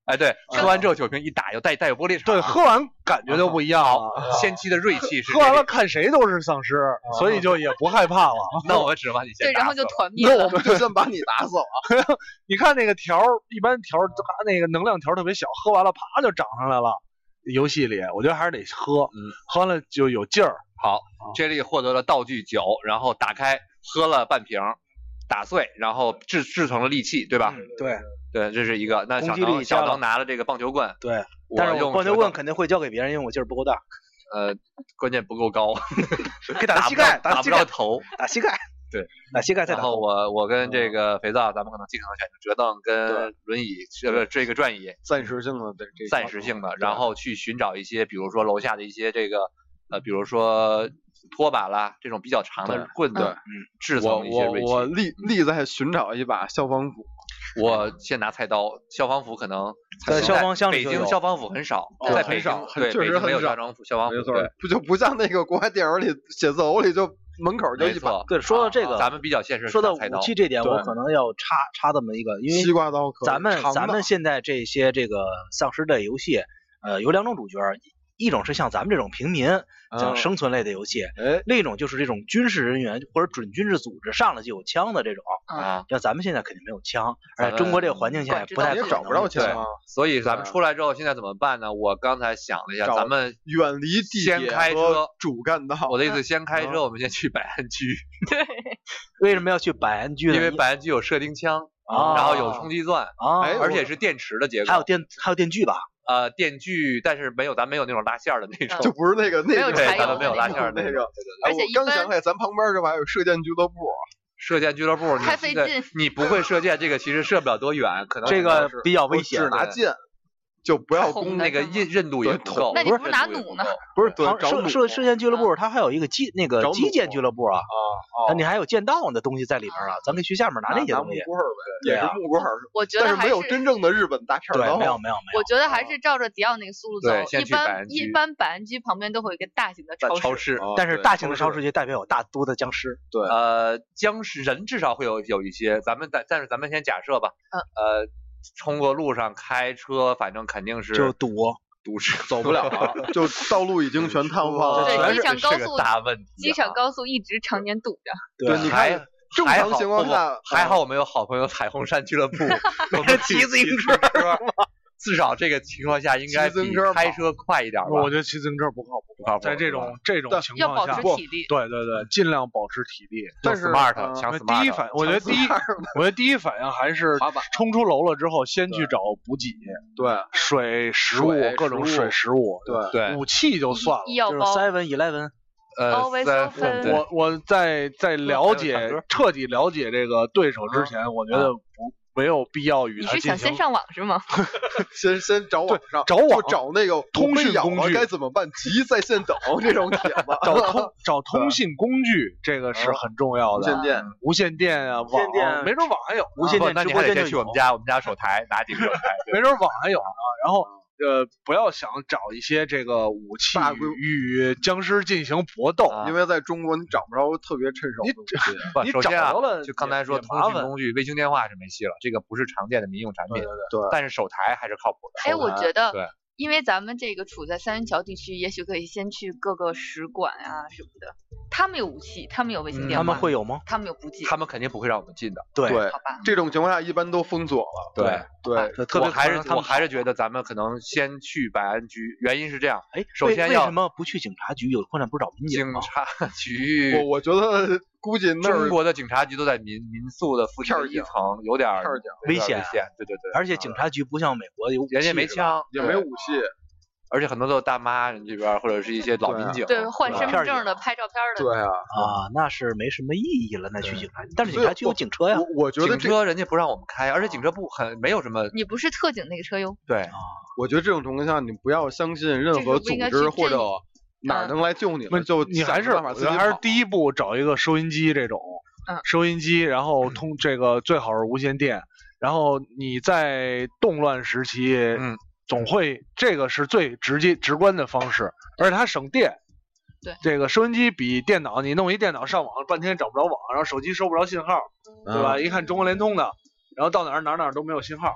哎，对，喝完之后酒瓶一打，有带有玻璃碴。 对，喝完感觉就不一样了。 先期的锐气是。 喝完了看谁都是丧尸，所以就也不害怕了。 那我只把你先打死了。 对，然后就团灭了。 那我们就先把你打死了。 你看那个条，一般条那个能量条特别小，喝完了啪就长上来了。游戏里我觉得还是得喝，喝完了就有劲儿。 好，这里获得了道具酒，然后打开喝了半瓶。打碎，然后制成了利器，对吧？对，这是一个。那小能拿了这个棒球棍， 对，但是我棒球棍肯定会交给别人，因为我劲儿不够大。 关键不够高， 给打膝盖， 打不着头， 打膝盖。 对， 打膝盖再打。 然后我跟这个肥皂，咱们可能尽可能选择折凳跟轮椅，这个转椅， 暂时性的， 暂时性的，然后去寻找一些，比如说楼下的一些这个比如说。拖把啦，这种比较长的棍子，制成一些锐器。 我立在寻找一把消防斧。 我先拿菜刀，消防斧可能在消防箱里北京消防斧很少，在北京对， 确实没有消防斧， 没错，就不像那个国外电影里写字偶里就门口就一把。 对，说到这个， 咱们比较现实。 说到武器这点，我可能要插这么一个，因为西瓜刀， 咱们现在这些这个丧尸类游戏，有两种主角。一种是像咱们这种平民讲生存类的游戏，另一种就是这种军事人员或者准军事组织上来就有枪的这种像咱们现在肯定没有枪，而且中国这个环境现在不太找不着枪， 所以咱们出来之后现在怎么办呢？我刚才想了一下，咱们远离地铁， 先开车主干道。 我的意思，先开车，我们先去百安居。 对， 为什么要去百安居呢？ 因为百安居有射钉枪，然后有冲击钻，而且是电池的结构， 还有电锯吧。 电锯，但是咱没有那种拉线的那种， 就不是那个对， 咱们没有拉线的那个。 而且刚想起来，咱旁边这还有射箭俱乐部。 射箭俱乐部， 太费劲。 你不会射箭，这个其实射不了多远，可能这个比较危险。 只拿箭，就不要攻那个韧度也不够。 那你不是拿弩呢？ 不是射箭俱乐部，它还有一个击剑俱乐部啊。你还有剑道的东西在里边啊，咱可以去下面拿那些东西。 也是木棍， 我觉得但是没有真正的日本大片刀。 没有。 我觉得还是照着迪奥那个思路走。一般百安居旁边都会有一个大型的超市， 但是大型的超市就代表有大多的僵尸。 对， 僵尸人至少会有一些。但是咱们先假设吧。通过路上开车，反正肯定是就堵是走不了了，就道路已经全瘫痪了。 对，机场高速大问题， 机场高速一直常年堵着。 对，你看正常情况下， 还好我们有好朋友彩虹山俱乐部， 我们骑自行车。 至少这个情况下应该比开车快一点吧。 我觉得骑自行车不靠谱，在这种情况下要保持体力。 对，尽量保持体力。 但是 smart 强 smart。我觉得第一反应还是冲出楼了之后，先去找补给。 对， 水、食物，各种水、食物。 对， 武器就算了， 就是 7-11。 我在彻底了解这个对手之前，我觉得没有必要与他进行。 你是想先上网是吗？ 先找网上， 找那个通讯工具该怎么办？急在线等这种帖子， 找通信工具，这个是很重要的。无线电啊，网没准网还有。 无线电那你还得去我们家手台拿几个手台， 没准网还有啊。然后不要想找一些这个武器与僵尸进行搏斗， 因为在中国你找不着特别趁手的。 你找着了，就刚才说通讯工具，卫星电话是没戏了，这个不是常见的民用产品。 对， 但是手台还是靠谱的。 我觉得， 对， 因为咱们这个处在三元桥地区，也许可以先去各个使馆啊什么的。他们有武器，他们有卫星电话， 他们会有吗？ 他们有补给， 他们肯定不会让我们进的。 对， 好吧。 这种情况下一般都封锁了。 对， 特别我还是觉得咱们可能先去百安居，原因是这样。首先为什么不去警察局？有困难不是找民警吗？ 警察局， 我觉得估计中国的警察局都在民宿的附近一层，有点危险。 对， 而且警察局不像美国有， 人家没枪， 也没武器。 而且很多都是大妈人这边，或者是一些老民警， 对，换身份证的、拍照片的。 对啊， 那是没什么意义了。那去警察局，但是警察局有警车呀。 我觉得警车人家不让我们开，而且警车没有什么。 你不是特警那个车哟。 对， 我觉得这种情况下，你不要相信任何组织或者哪能来救你们，就你还是第一步找一个收音机这种，收音机，然后这个最好是无线电，然后你在动乱时期，总会这个是最直观的方式，而且它省电。 对， 这个收音机比电脑，你弄一电脑上网半天找不着网，然后手机收不着信号，对吧？一看中国联通的，然后到哪儿都没有信号。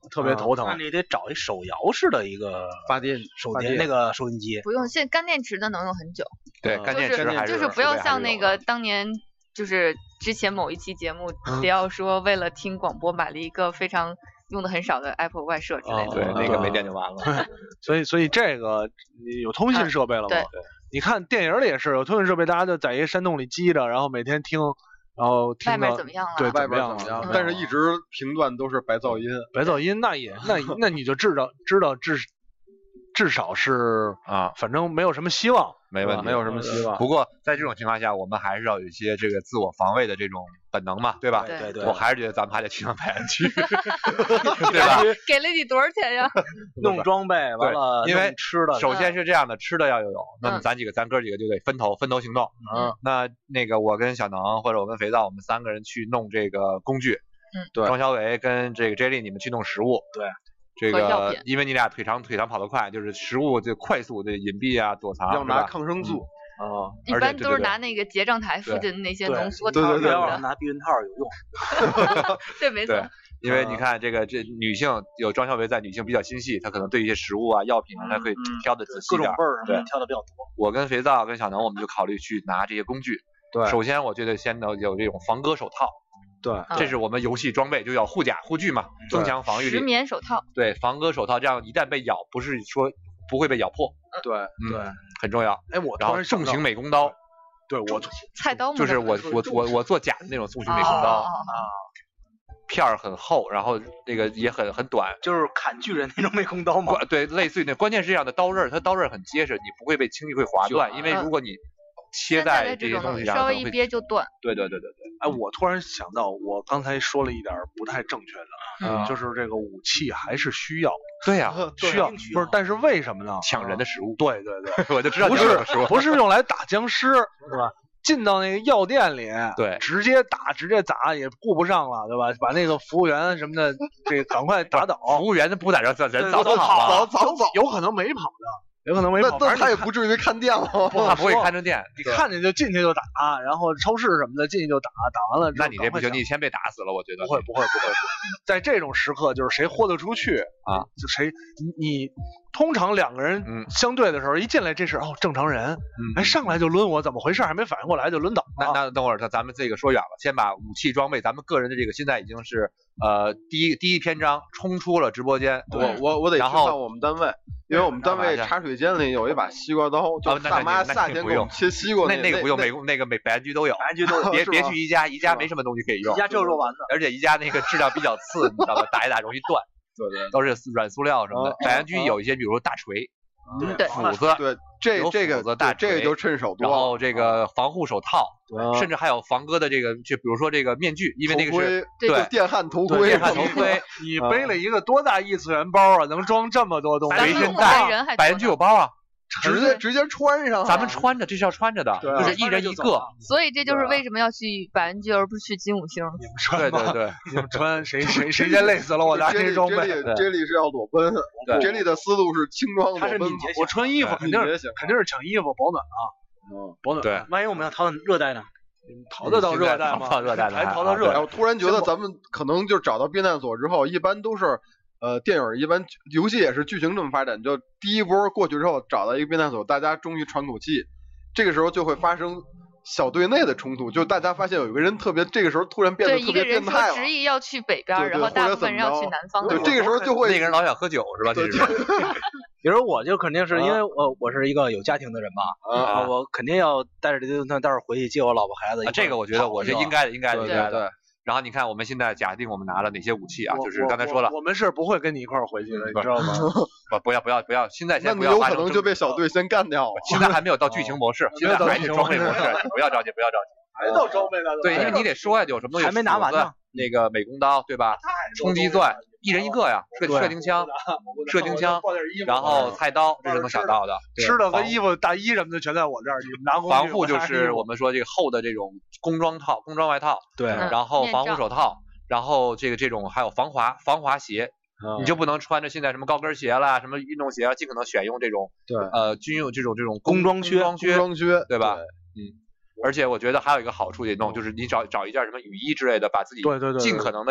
特别头疼。 那你得找一手摇式的一个发电那个收音机。 不用，现在干电池的能用很久。 对，干电池还是就是不要像那个当年就是之前某一期节目迪奥说为了听广播买了一个非常用的很少的 Apple 外设之类的。 对，那个没电就完了。 所以这个有通信设备了吗？ 对。 你看电影里也是有通讯设备，大家就在一个山洞里积着，然后每天听。然后听外面怎么样了？ 对， 外边怎么样？但是一直评断都是白噪音。 白噪音那你就知道至少是反正没有什么希望， 没问题， 没有什么希望。 不过在这种情况下，我们还是要有一些这个自我防卫的这种本能嘛，对吧？ 对。 我还是觉得咱们还得去趟海岸区，对吧？ 给了你多少钱呀？ 弄装备完了， 因为吃的， 首先是这样的，吃的要有，那么咱哥几个就得分头行动。那个我跟小能或者我跟肥皂，我们3个人去弄这个工具。 对。 庄小伟跟这个 Jelly 你们去弄食物。 对。 这个因为你俩腿长跑得快，就是食物就快速的隐蔽啊躲藏， 要拿抗生素一般都是拿那个结账台附近的那些浓缩套， 不要拿避孕套有用。 对，没错。 因为你看这女性有庄小维在，女性比较心细，她可能对一些食物啊药品她会挑的仔细点， 各种味儿对， 挑的比较多。 我跟肥皂跟小能我们就考虑去拿这些工具。 对， 首先我觉得先有这种防割手套。 对， 这是我们游戏装备，就叫护甲护具嘛，增强防御力。 石棉手套。 对，防割手套，这样一旦被咬，不是说不会被咬破。 对， 很重要。然后重型美工刀。 对，我菜刀吗？ 就是我做假的那种重型美工刀片儿很厚，然后这个也很短， 就是砍巨人那种美工刀嘛。 对，类似于那，关键是这样的刀刃，它刀刃很结实，你不会被轻易会划断，因为如果你切在这些东西上， 稍微一憋就断。 对。 哎，我突然想到，我刚才说了一点不太正确的，就是这个武器还是需要。 对呀， 需要。不是，但是为什么呢？ 抢人的食物。 对， 我就知道不是用来打僵尸，是吧？进到那个药店里， 对， 直接打直接砸也顾不上了，对吧？把那个服务员什么的，这赶快打倒。 服务员不在这，人早跑了， 早，有可能没跑的。有可能没跑， 但他也不至于看店了， 他不会看着店， 你看见就进去就打，然后超市什么的进去就打完了， 那你这不行，你先被打死了，我觉得。 不会，在这种时刻，就是谁豁得出去啊， 就谁。你通常2个人相对的时候，一进来这是正常人，哎上来就抡我，怎么回事？还没反应过来就抡倒。 那等会儿咱们这个说远了，先把武器装备，咱们个人的这个现在已经是第一篇章冲出了直播间。 我得去到我们单位。因为我们单位茶水间里有一把西瓜刀，就大妈夏天给我们切西瓜那个不用，那个北安居都有，别去宜家没什么东西可以用， 宜家只有肉丸子， 而且宜家那个质量比较次，你知道吧？打一打容易断， 对， 都是软塑料什么的。北安居有一些，比如说大锤。 对， 斧子， 对，这个就趁手多， 然后这个防护手套，甚至还有防割的这个，就比如说这个面具，因为那个是对电焊头盔， 你背了一个多大异次元包啊，能装这么多东西？ 随身带，百元具有包啊。 直接穿上， 咱们穿着，这是要穿着的，就是一人一个。 所以这就是为什么要去百元居而不是去金五星。 你们穿吧，对， 你们穿谁先累死了我拿这装备。 这里是要裸奔，这里的思路是轻装裸奔。 我穿衣服肯定是抢衣服保暖啊，保暖。 对， 万一我们要逃到热带呢？ 逃得到热带吗？还逃到热带？ 我突然觉得咱们可能就找到避难所之后，一般都是。电影一般，游戏也是剧情这么发展，就第一波过去之后找到一个避难所，大家终于喘口气，这个时候就会发生小队内的冲突，就大家发现有一个人特别，这个时候突然变得特别变态了， 执意要去北边，然后大部分人要去南方， 对，这个时候就会那个人老想喝酒是吧？ 比如我就肯定是因为我是一个有家庭的人嘛，我肯定要带着这顿饭待会儿回去接我老婆孩子。 这个我觉得我是应该的，对。然后你看，我们现在假定我们拿了哪些武器啊？就是刚才说了， 我们是不会跟你一块儿回去的，你知道吗？ 不要，现在先不要。 那有可能就被小队先干掉了。 现在还没有到剧情模式，现在还是装备模式，不要着急。 还到装备呢？ 对，因为你得说呀，有什么东西还没拿完呢？ 那个美工刀对吧？冲击钻，一人一个呀，射钉枪，然后菜刀，这是能想到的。 吃的和衣服、大衣什么的全在我这儿，你们拿工具。 防护就是我们说这个厚的这种工装外套， 对， 然后防护手套。然后这种还有防滑鞋，你就不能穿着现在什么高跟鞋啦，什么运动鞋啦，尽可能选用这种军用这种工装靴， 对吧？而且我觉得还有一个好处得弄，就是你找一件什么雨衣之类的，把自己尽可能的要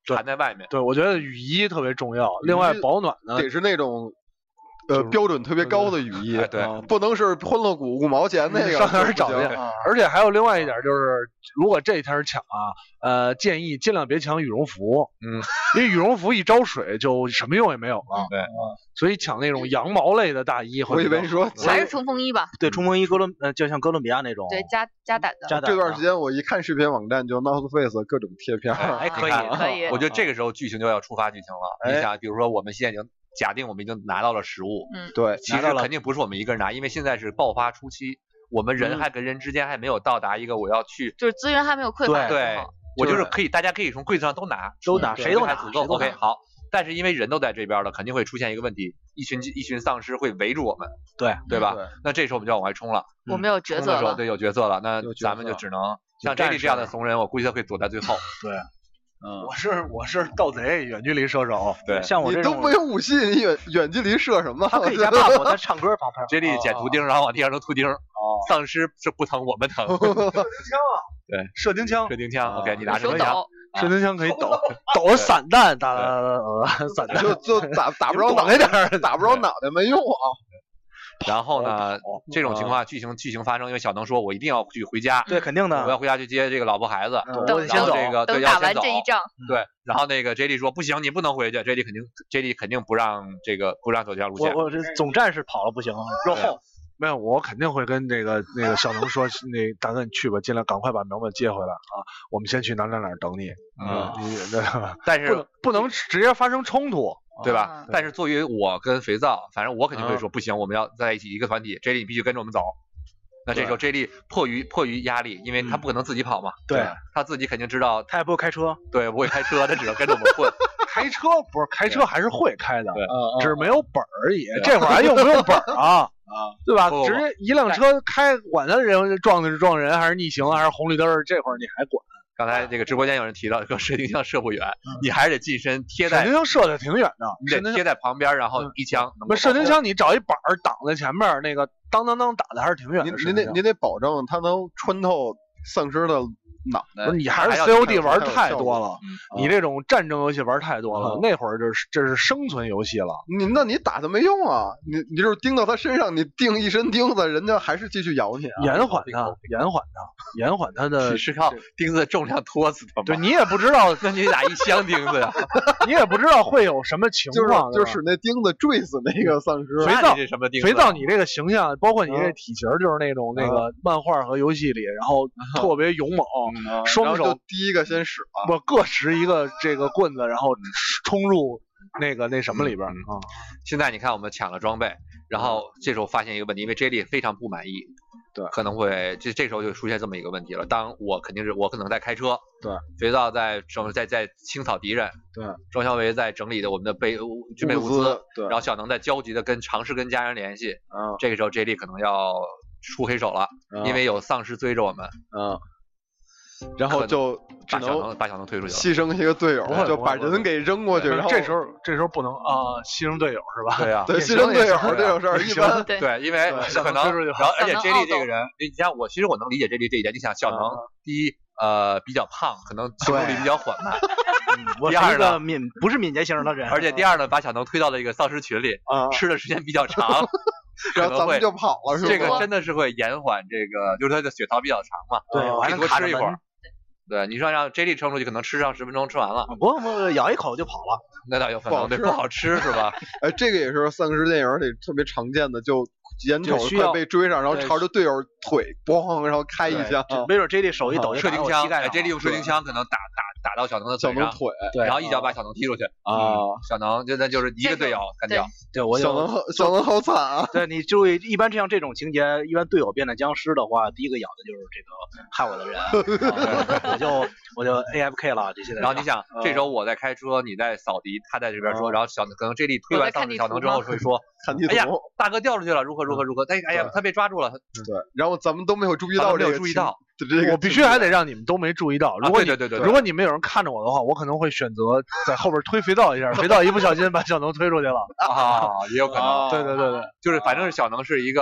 缠在外面。 对，我觉得雨衣特别重要。另外保暖呢， 得是那种。标准特别高的雨衣， 对， 不能是欢乐谷5毛钱那个上哪儿找去。而且还有另外一点就是，如果这天抢建议尽量别抢羽绒服，因为羽绒服一招水就什么用也没有了。 对， 所以抢那种羊毛类的大衣。 我以为说还是冲锋衣吧？ 对，冲锋衣就像哥伦比亚那种。 对，加胆的。 这段时间我一看视频网站就 North Face 各种贴片， 可以。 我觉得这个时候剧情就要触发剧情了。你想，比如说我们现在已经。假定我们已经拿到了食物， 对， 其实肯定不是我们一个人拿，因为现在是爆发初期，我们人还跟人之间还没有到达一个我要去， 就是资源还没有匮乏。 对，我就是可以，大家可以从柜子上都拿， 谁都还足够。OK， 好，但是因为人都在这边了，肯定会出现一个问题，一群丧尸会围住我们，对吧？那这时候我们就要往外冲了， 我们有角色了， 对，有角色了，那咱们就只能像Jelly这样的怂人，我估计他会躲在最后。 对。我是盗贼，远距离射手。 对， 像我这种你都没有武器，你远距离射什么？ 他可以加 buff， 他唱歌旁边。 接力捡图钉，然后往地上扔图钉。丧尸是不疼，我们疼。 枪啊！对，射钉枪。 OK， 你拿什么枪？ 射钉枪可以抖散弹，散弹就打不着脑袋，打不着脑袋没用啊。 然后呢，这种情况剧情发生，因为小能说我一定要去回家， 对，肯定的， 我要回家去接这个老婆孩子， 等这个等打完这一仗， 对，然后那个 Jelly 说不行，你不能回去，Jelly 肯定不让走这条路线， 我这总战士跑了不行，落后。 没有，我肯定会跟那个小能说，大哥你去吧，尽量赶快把苗苗接回来啊！我们先去哪等你。 但是不能直接发生冲突， 对吧？但是作为我跟肥皂，反正我肯定会说不行，我们要在一起一个团体 ，Jelly 你必须跟着我们走。那这时候 Jelly 迫于压力，因为他不可能自己跑嘛， 对， 他自己肯定知道， 他也不会开车， 对，不会开车，他只能跟着我们混。 开车还是会开的，只是没有本而已。这会儿还用不用本啊？对吧？直接一辆车开，管他人撞的是撞人，还是逆行，还是红绿灯，这会儿你还管？ 刚才这个直播间有人提到，说射钉枪射不远，你还是得近身贴在。 射钉枪射的挺远的， 你得贴在旁边，然后一枪。 射钉枪你找一板儿挡在前面，那个当打的还是挺远的。 你得保证它能穿透丧尸的脑袋。 不是，你还是 COD 玩太多了，你这种战争游戏玩太多了。那会儿这是生存游戏了。 那你打它没用啊！你就是钉到他身上，你钉一身钉子，人家还是继续咬你啊！ 延缓他的。 你是靠钉子重量拖死他吗？ 对，你也不知道， 那你打一箱钉子呀？ 你也不知道会有什么情况， 就是那钉子坠死那个丧尸。 肥皂，你这个形象，包括你这体型，就是那种那个漫画和游戏里，然后特别勇猛。双手第一个先使啊， 不各持一个这个棍子，然后冲入那什么里边啊。 现在你看我们抢了装备，然后这时候发现一个问题，因为 Jelly 非常不满意， 对， 可能会这时候就出现这么一个问题了。当我可能在开车， 对， 肥皂在清扫敌人， 对， 庄小维在整理的我们的军备物资， 对， 然后小能在焦急的尝试跟家人联系，这个时候 Jelly 可能要出黑手了，因为有丧尸追着我们， 然后就把小能推出去了， 牺牲一个队友，就把人给扔过去。然后这时候不能牺牲队友是吧？ 对呀， 对，牺牲队友这种事儿一般对，因为可能，然后而且 Jelly 这个人，你像我，其实我能理解 Jelly 这一点。你想小能，第一比较胖，可能行动力比较缓慢。 第二呢，不是敏捷型的人， 而且第二呢，把小能推到了一个丧尸群里，吃的时间比较长。 然后咱们就跑了，是吧？ 这个真的是会延缓这个，就是他的血槽比较长嘛。 对，我还多吃一会儿。对，你说让 Jelly 撑出去，可能吃上10分钟吃完了。 不，咬一口就跑了。 那倒有可能，对，不好吃是吧？ 这个也是丧尸电影里特别常见的，就眼瞅快被追上，然后朝着队友腿咣，然后开一枪， 没准 Jelly 手一抖， 射钉枪，Jelly 用射钉枪可能打到小能的腿上， 对， 然后一脚把小能踢出去小能那就是一个队友干掉。 对，我小能好惨啊！ 对，你注意，一般像这种情节，一般队友变成僵尸的话，第一个咬的就是这个害我的人，我就 AFK 了这些。 然后你想，这时候我在开车，你在扫敌，他在这边说，然后可能 Jelly 推完小能之后会说，哎呀，大哥掉出去了，如何？哎呀，他被抓住了。 对，然后咱们都没有注意到， 我必须还得让你们都没注意到。如果对， 如果你们有人看着我的话，我可能会选择在后边推肥皂一下，肥皂一不小心把小能推出去了也有可能。 对， 就是反正是小能是一个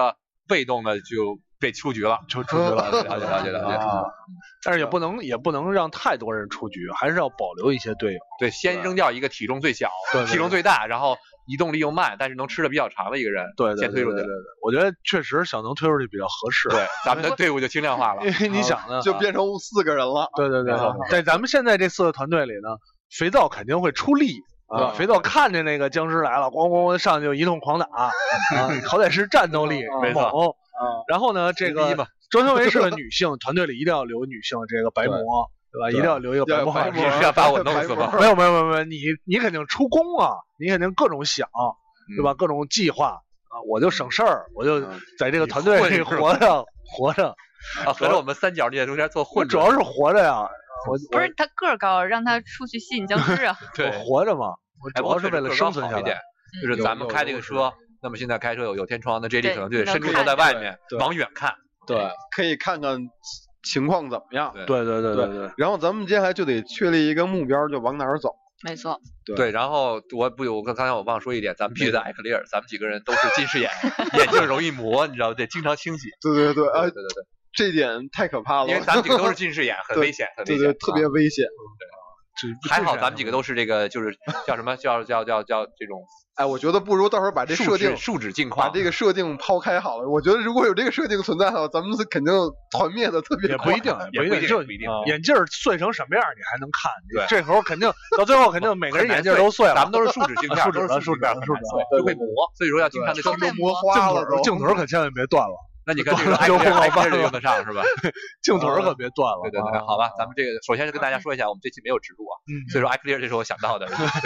被动的就被出局了， 出局了， 了解。 但是也不能让太多人出局，还是要保留一些队友。 对，先扔掉一个体重最小、体重最大，然后移动力又慢，但是能吃的比较长的一个人，先推出去。 对，我觉得确实小能推出去比较合适。 对，咱们的队伍就轻量化了。 因为你想呢， 就变成4个人了。 对，在咱们现在这4个团队里呢，肥皂肯定会出力。肥皂看见那个僵尸来了，咣咣咣上去就一通狂打好歹是战斗力猛。然后呢，这个庄小维是个女性，团队里一定要留女性，这个白魔，对吧？一定要留一个白魔。 你是要把我弄死吗？ 没有，你肯定出工啊，你肯定各种想，对吧？各种计划我就省事儿，我就在这个团队里活着。 合着我们三角恋中间做混， 主要是活着呀。 不是他个儿高，让他出去吸引僵尸啊。 对， 活着嘛，我主要是为了生存下来。 就是咱们开这个车，那么现在开车有天窗的 JD 可能就得伸出头在外面往远看， 对，可以看看情况怎么样。 对。 然后咱们接下来就得确立一个目标，就往哪儿走。 没错。 对，然后刚才我忘说一点，咱们必须得艾克利尔，咱们几个人都是近视眼，眼镜容易磨，你知道，得经常清洗。 对。 对。 这一点太可怕了， 因为咱们几个都是近视眼，很危险， 对，特别危险。 还好咱们几个都是这个，就是叫什么叫这种。 哎，我觉得不如到时候把这设定树脂镜框， 把这个设定抛开好了。我觉得如果有这个设定存在的话，咱们是肯定团灭的特别快。也不一定，眼镜碎成什么样你还能看。对，这时候肯定到最后肯定每个人眼镜都碎了。 咱们都是树脂镜片， 树脂就会磨，所以说要经常的都磨花了， 镜腿可千万别断了。 那你看这个艾克利尔用得上是吧？ 镜腿可别断了。 对，好吧，咱们这个首先是跟大家说一下，我们这期没有植入啊，所以说艾克利尔这是我想到的。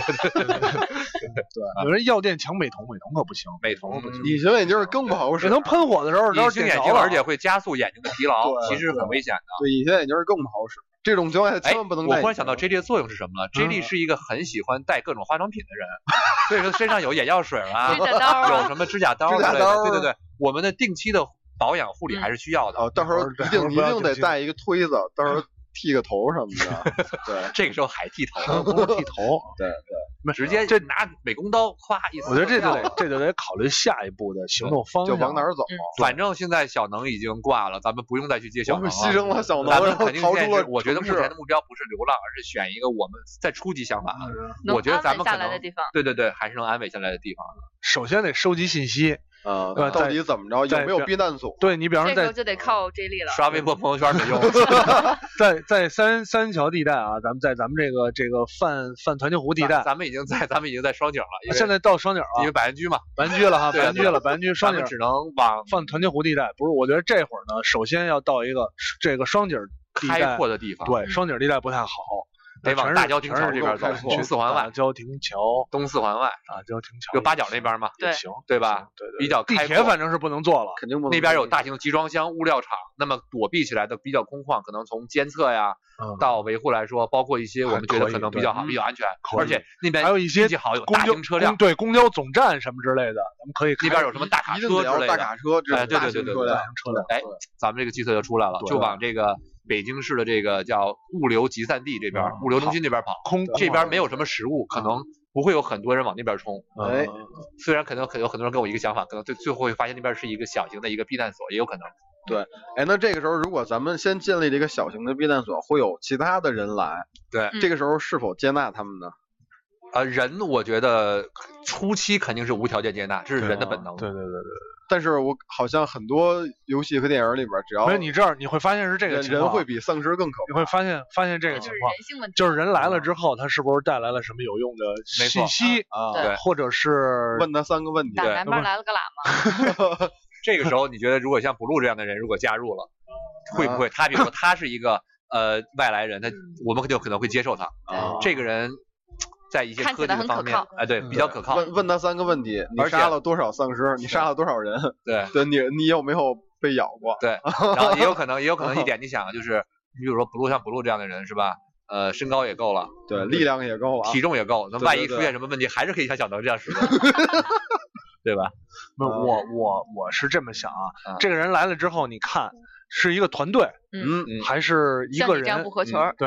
对，有人药店抢美瞳可不行， 美瞳不行， 隐形眼镜更不好使。 美瞳喷火的时候， 隐形眼镜而且会加速眼睛的疲劳，其实很危险的。 对，隐形眼镜更不好使。这种情况下千万不能戴。 我忽然想到 JD 的作用是什么了 ？JD 是一个很喜欢带各种化妆品的人，所以说身上有眼药水啊，有什么指甲刀之类的。对，我们的定期的保养护理还是需要的。 到时候一定得带一个推子，到时候剃个头什么的。对， 这个时候还剃头， 不是剃头。 对， 直接拿美工刀咵一撕。 我觉得这就得考虑下一步的行动方向， 就往哪儿走。 反正现在小能已经挂了，咱们不用再去接小能了。 我们牺牲了小能， 咱们肯定逃出了。我觉得目前的目标不是流浪，而是选一个我们在初级想法。我觉得咱们可能对，还是能安稳下来的地方。 首先得收集信息。 到底怎么着？有没有避难所？ 对，你比方说这时候就得靠 J 莉了。 刷微博朋友圈没用。 在三桥地带啊，咱们这个泛团结湖地带， 咱们已经在双井了。 现在到双井了， 因为白云居嘛， 白云居了哈，白云居双井只能往泛团结湖地带。不是，我觉得这会儿呢，首先要到一个这个双井开阔的地方。 对，双井地带不太好。 得往大郊亭桥这边走，东四环外。 大郊亭桥， 东四环外， 大郊亭桥， 就八角那边嘛， 行， 对吧？ 对， 比较地铁反正是不能坐了， 肯定不能。 那边有大型集装箱、物料厂，那么躲避起来的比较空旷，可能从监测呀到维护来说，包括一些我们觉得可能比较好、比较安全，而且那边还有一些好有大型车辆， 对，公交总站什么之类的，咱们可以。 那边有什么大卡车之类的， 大卡车， 对，大型车辆。 哎，咱们这个计策就出来了，就往这个。北京市的这个叫物流集散地这边，物流中心这边跑，这边没有什么食物，可能不会有很多人往那边冲。 哎， 虽然可能有很多人跟我一个想法，可能最后会发现那边是一个小型的一个避难所，也有可能。 对，哎，那这个时候如果咱们先建立这个小型的避难所，会有其他的人来， 对， 这个时候是否接纳他们呢？ 人我觉得初期肯定是无条件接纳，这是人的本能。 对。 但是我好像很多游戏和电影里边，只要没有你这儿，你会发现是这个情况， 人会比丧尸更可怕。 你会发现这个情况，就是人来了之后，他是不是带来了什么有用的信息啊？ 对， 或者是问他3个问题。 打南边来了个喇嘛。 这个时候，你觉得如果像 Blue 这样的人如果加入了，会不会他比如说他是一个外来人，我们就可能会接受他。这个人。在一些科技方面，哎，对，比较可靠。 问他3个问题：你杀了多少丧尸？你杀了多少人？对，你有没有被咬过？ 对，然后也有可能一点，你想就是你比如说 Blue 像 Blue 这样的人是吧？身高也够了， 对，力量也够了， 体重也够，那万一出现什么问题，还是可以像小能这样使用，对吧？ 我是这么想啊，这个人来了之后，你看是一个团队，还是一个人？ 这样不合群， 对。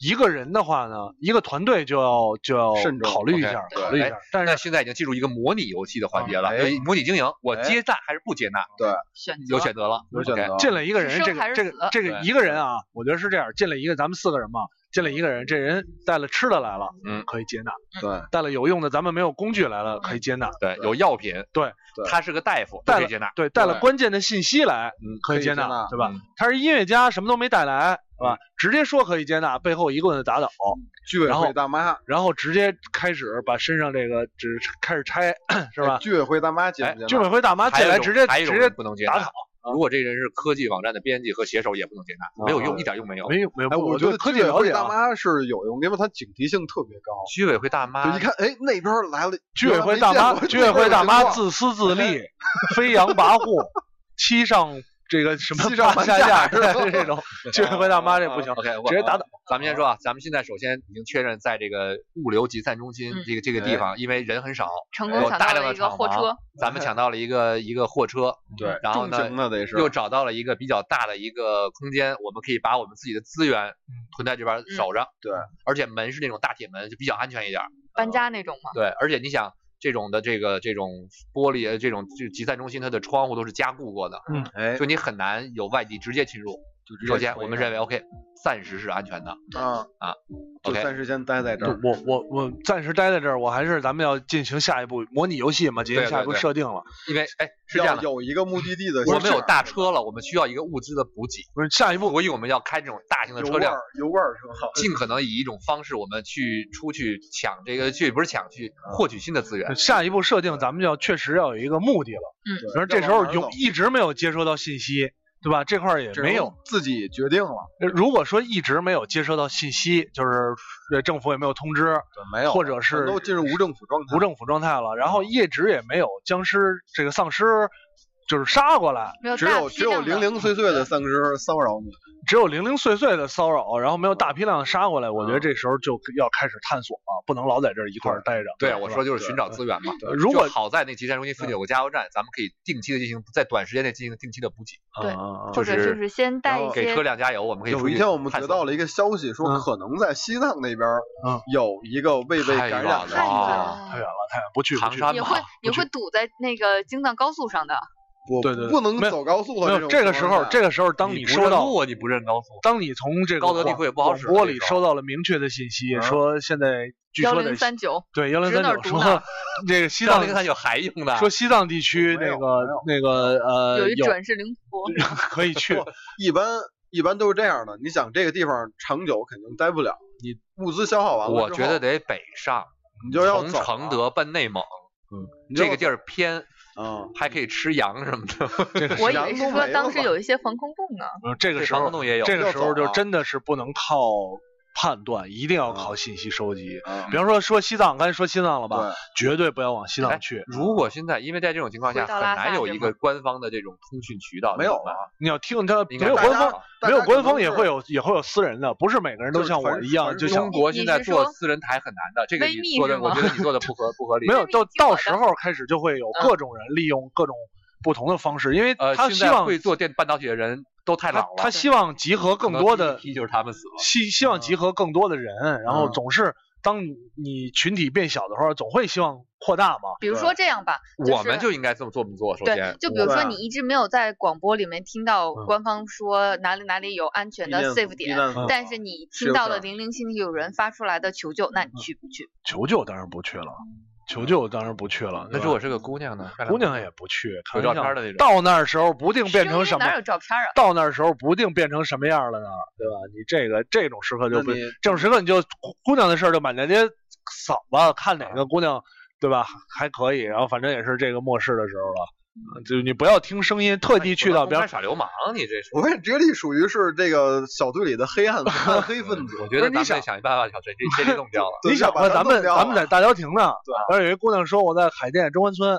一个人的话呢，一个团队就要考虑一下，考虑一下。但是现在已经进入一个模拟游戏的环节了，模拟经营，我接纳还是不接纳？ 对， 有选择了， 有选择。 进来一个人，这个一个人啊，我觉得是这样，进来一个，咱们4个人嘛。进来一个人，这人带了吃的来了，可以接纳。 对， 带了有用的，咱们没有工具来了，可以接纳。 对，有药品， 对， 他是个大夫，可以接纳。 对，带了关键的信息来，可以接纳，对吧？他是音乐家，什么都没带来，是吧？直接说可以接纳，背后一棍子打倒。 居委会大妈， 然后直接开始把身上这个开始拆，是吧？ 居委会大妈接纳。 居委会大妈进来直接不能接纳。 打倒。 如果这人是科技网站的编辑和写手，也不能接纳，没有用，一点用没有。 没有。 我觉得科技了解大妈是有用，因为她警惕性特别高。 居委会大妈， 一看，哎，那边来了， 居委会大妈自私自利，飞扬跋扈，欺上这个什么八下架之类的这种，居委会大妈这不行。 OK， 直接打倒。 咱们先说啊，咱们现在首先已经确认，在这个物流集散中心这个地方，因为人很少， 成功抢到了一个货车， 咱们抢到了一个货车， 对， 然后呢又找到了一个比较大的一个空间，我们可以把我们自己的资源囤在这边守着， 对， 而且门是那种大铁门，就比较安全一点， 搬家那种嘛， 对，而且你想这种玻璃这种集散中心，它的窗户都是加固过的，就你很难有外地直接侵入。首先，我们认为 OK， 暂时是安全的。 就暂时先待在这儿。 我暂时待在这儿，我还是咱们要进行下一步模拟游戏嘛，进行下一步设定了。 因为是这样的， 有一个目的地的， 我们有大车了，我们需要一个物资的补给。 不是下一步， 所以我们要开这种大型的车辆， 油罐车， 尽可能以一种方式，我们出去抢这个，不是抢，去获取新的资源。 下一步设定，咱们确实要有一个目的了。比如这时候一直没有接收到信息。对吧？这块也没有自己决定了。 如果说一直没有接收到信息，就是政府也没有通知， 没有， 或者是都进入无政府状态了，然后一直也没有丧尸就是杀过来， 只有零零碎碎的丧尸骚扰你， 只有零零碎碎的骚扰，然后没有大批量杀过来，我觉得这时候就要开始探索了，不能老在这一块待着。 对，我说就是寻找资源嘛。 如果好在那集散中心附近有个加油站，咱们可以定期的在短时间内进行定期的补给。 对，或者就是先带一些给车辆加油，我们可以。 有一天我们得到了一个消息，说可能在西藏那边有一个未被感染的， 太远了，不去。 也会堵在那个京藏高速上的。 对， 不能走高速了。 没有，这个时候，当你收到你不认高速， 当你从这个高德地图也不好使， 广播里收到了明确的信息，说现在据说 1039， 对1039说这个西藏 1039还用的， 说西藏地区那个有一转世灵图可以去。 一般都是这样的，你想这个地方长久肯定待不了，你物资消耗完了， 我觉得得北上， 你就要从承德奔内蒙，这个地儿偏。还可以吃羊什么的。 我以为是说当时有一些防空洞呢。 这个时候防空洞也有， 这个时候就真的是不能靠判断，一定要靠信息收集。比方说西藏，刚才说西藏了吧，绝对不要往西藏去。 如果现在因为在这种情况下很难有一个官方的这种通讯渠道， 没有啊。 你要听他没有官方也会有私人的，不是每个人都像我一样。就中国现在做私人台很难的，这个你做的，我觉得你做的不合理。 没有，到时候开始就会有各种人利用各种不同的方式，因为他希望会做半导体的人都太老了， 他希望集合更多的， 就是他们死了， 希望集合更多的人，然后总是当你群体变小的话，总会希望扩大嘛。 比如说这样吧， 我们就应该这么做。首先， 对，就比如说你一直没有在广播里面听到官方说哪里有安全的 safe 点，但是你听到了00星期有人发出来的求救，那你去不去？ 求救当然不去了。求救当然不去了。 那如果是个姑娘呢？ 姑娘也不去， 有照片的那种。 到那时候不定变成什么？ 哪有照片啊？ 到那时候不定变成什么样了呢？对吧？你这种时刻就不，这种时刻你就姑娘的事就满大街扫吧，看哪个姑娘对吧还可以，然后反正也是这个末世的时候了。就你不要听声音，特地去到，比方耍流氓，你这是。 我看这里属于是这个小队里的暗黑分子。 我觉得咱们得想一办法把这弄掉了。 你想吧，咱们在大郊亭呢，而有一姑娘说我在海淀中关村，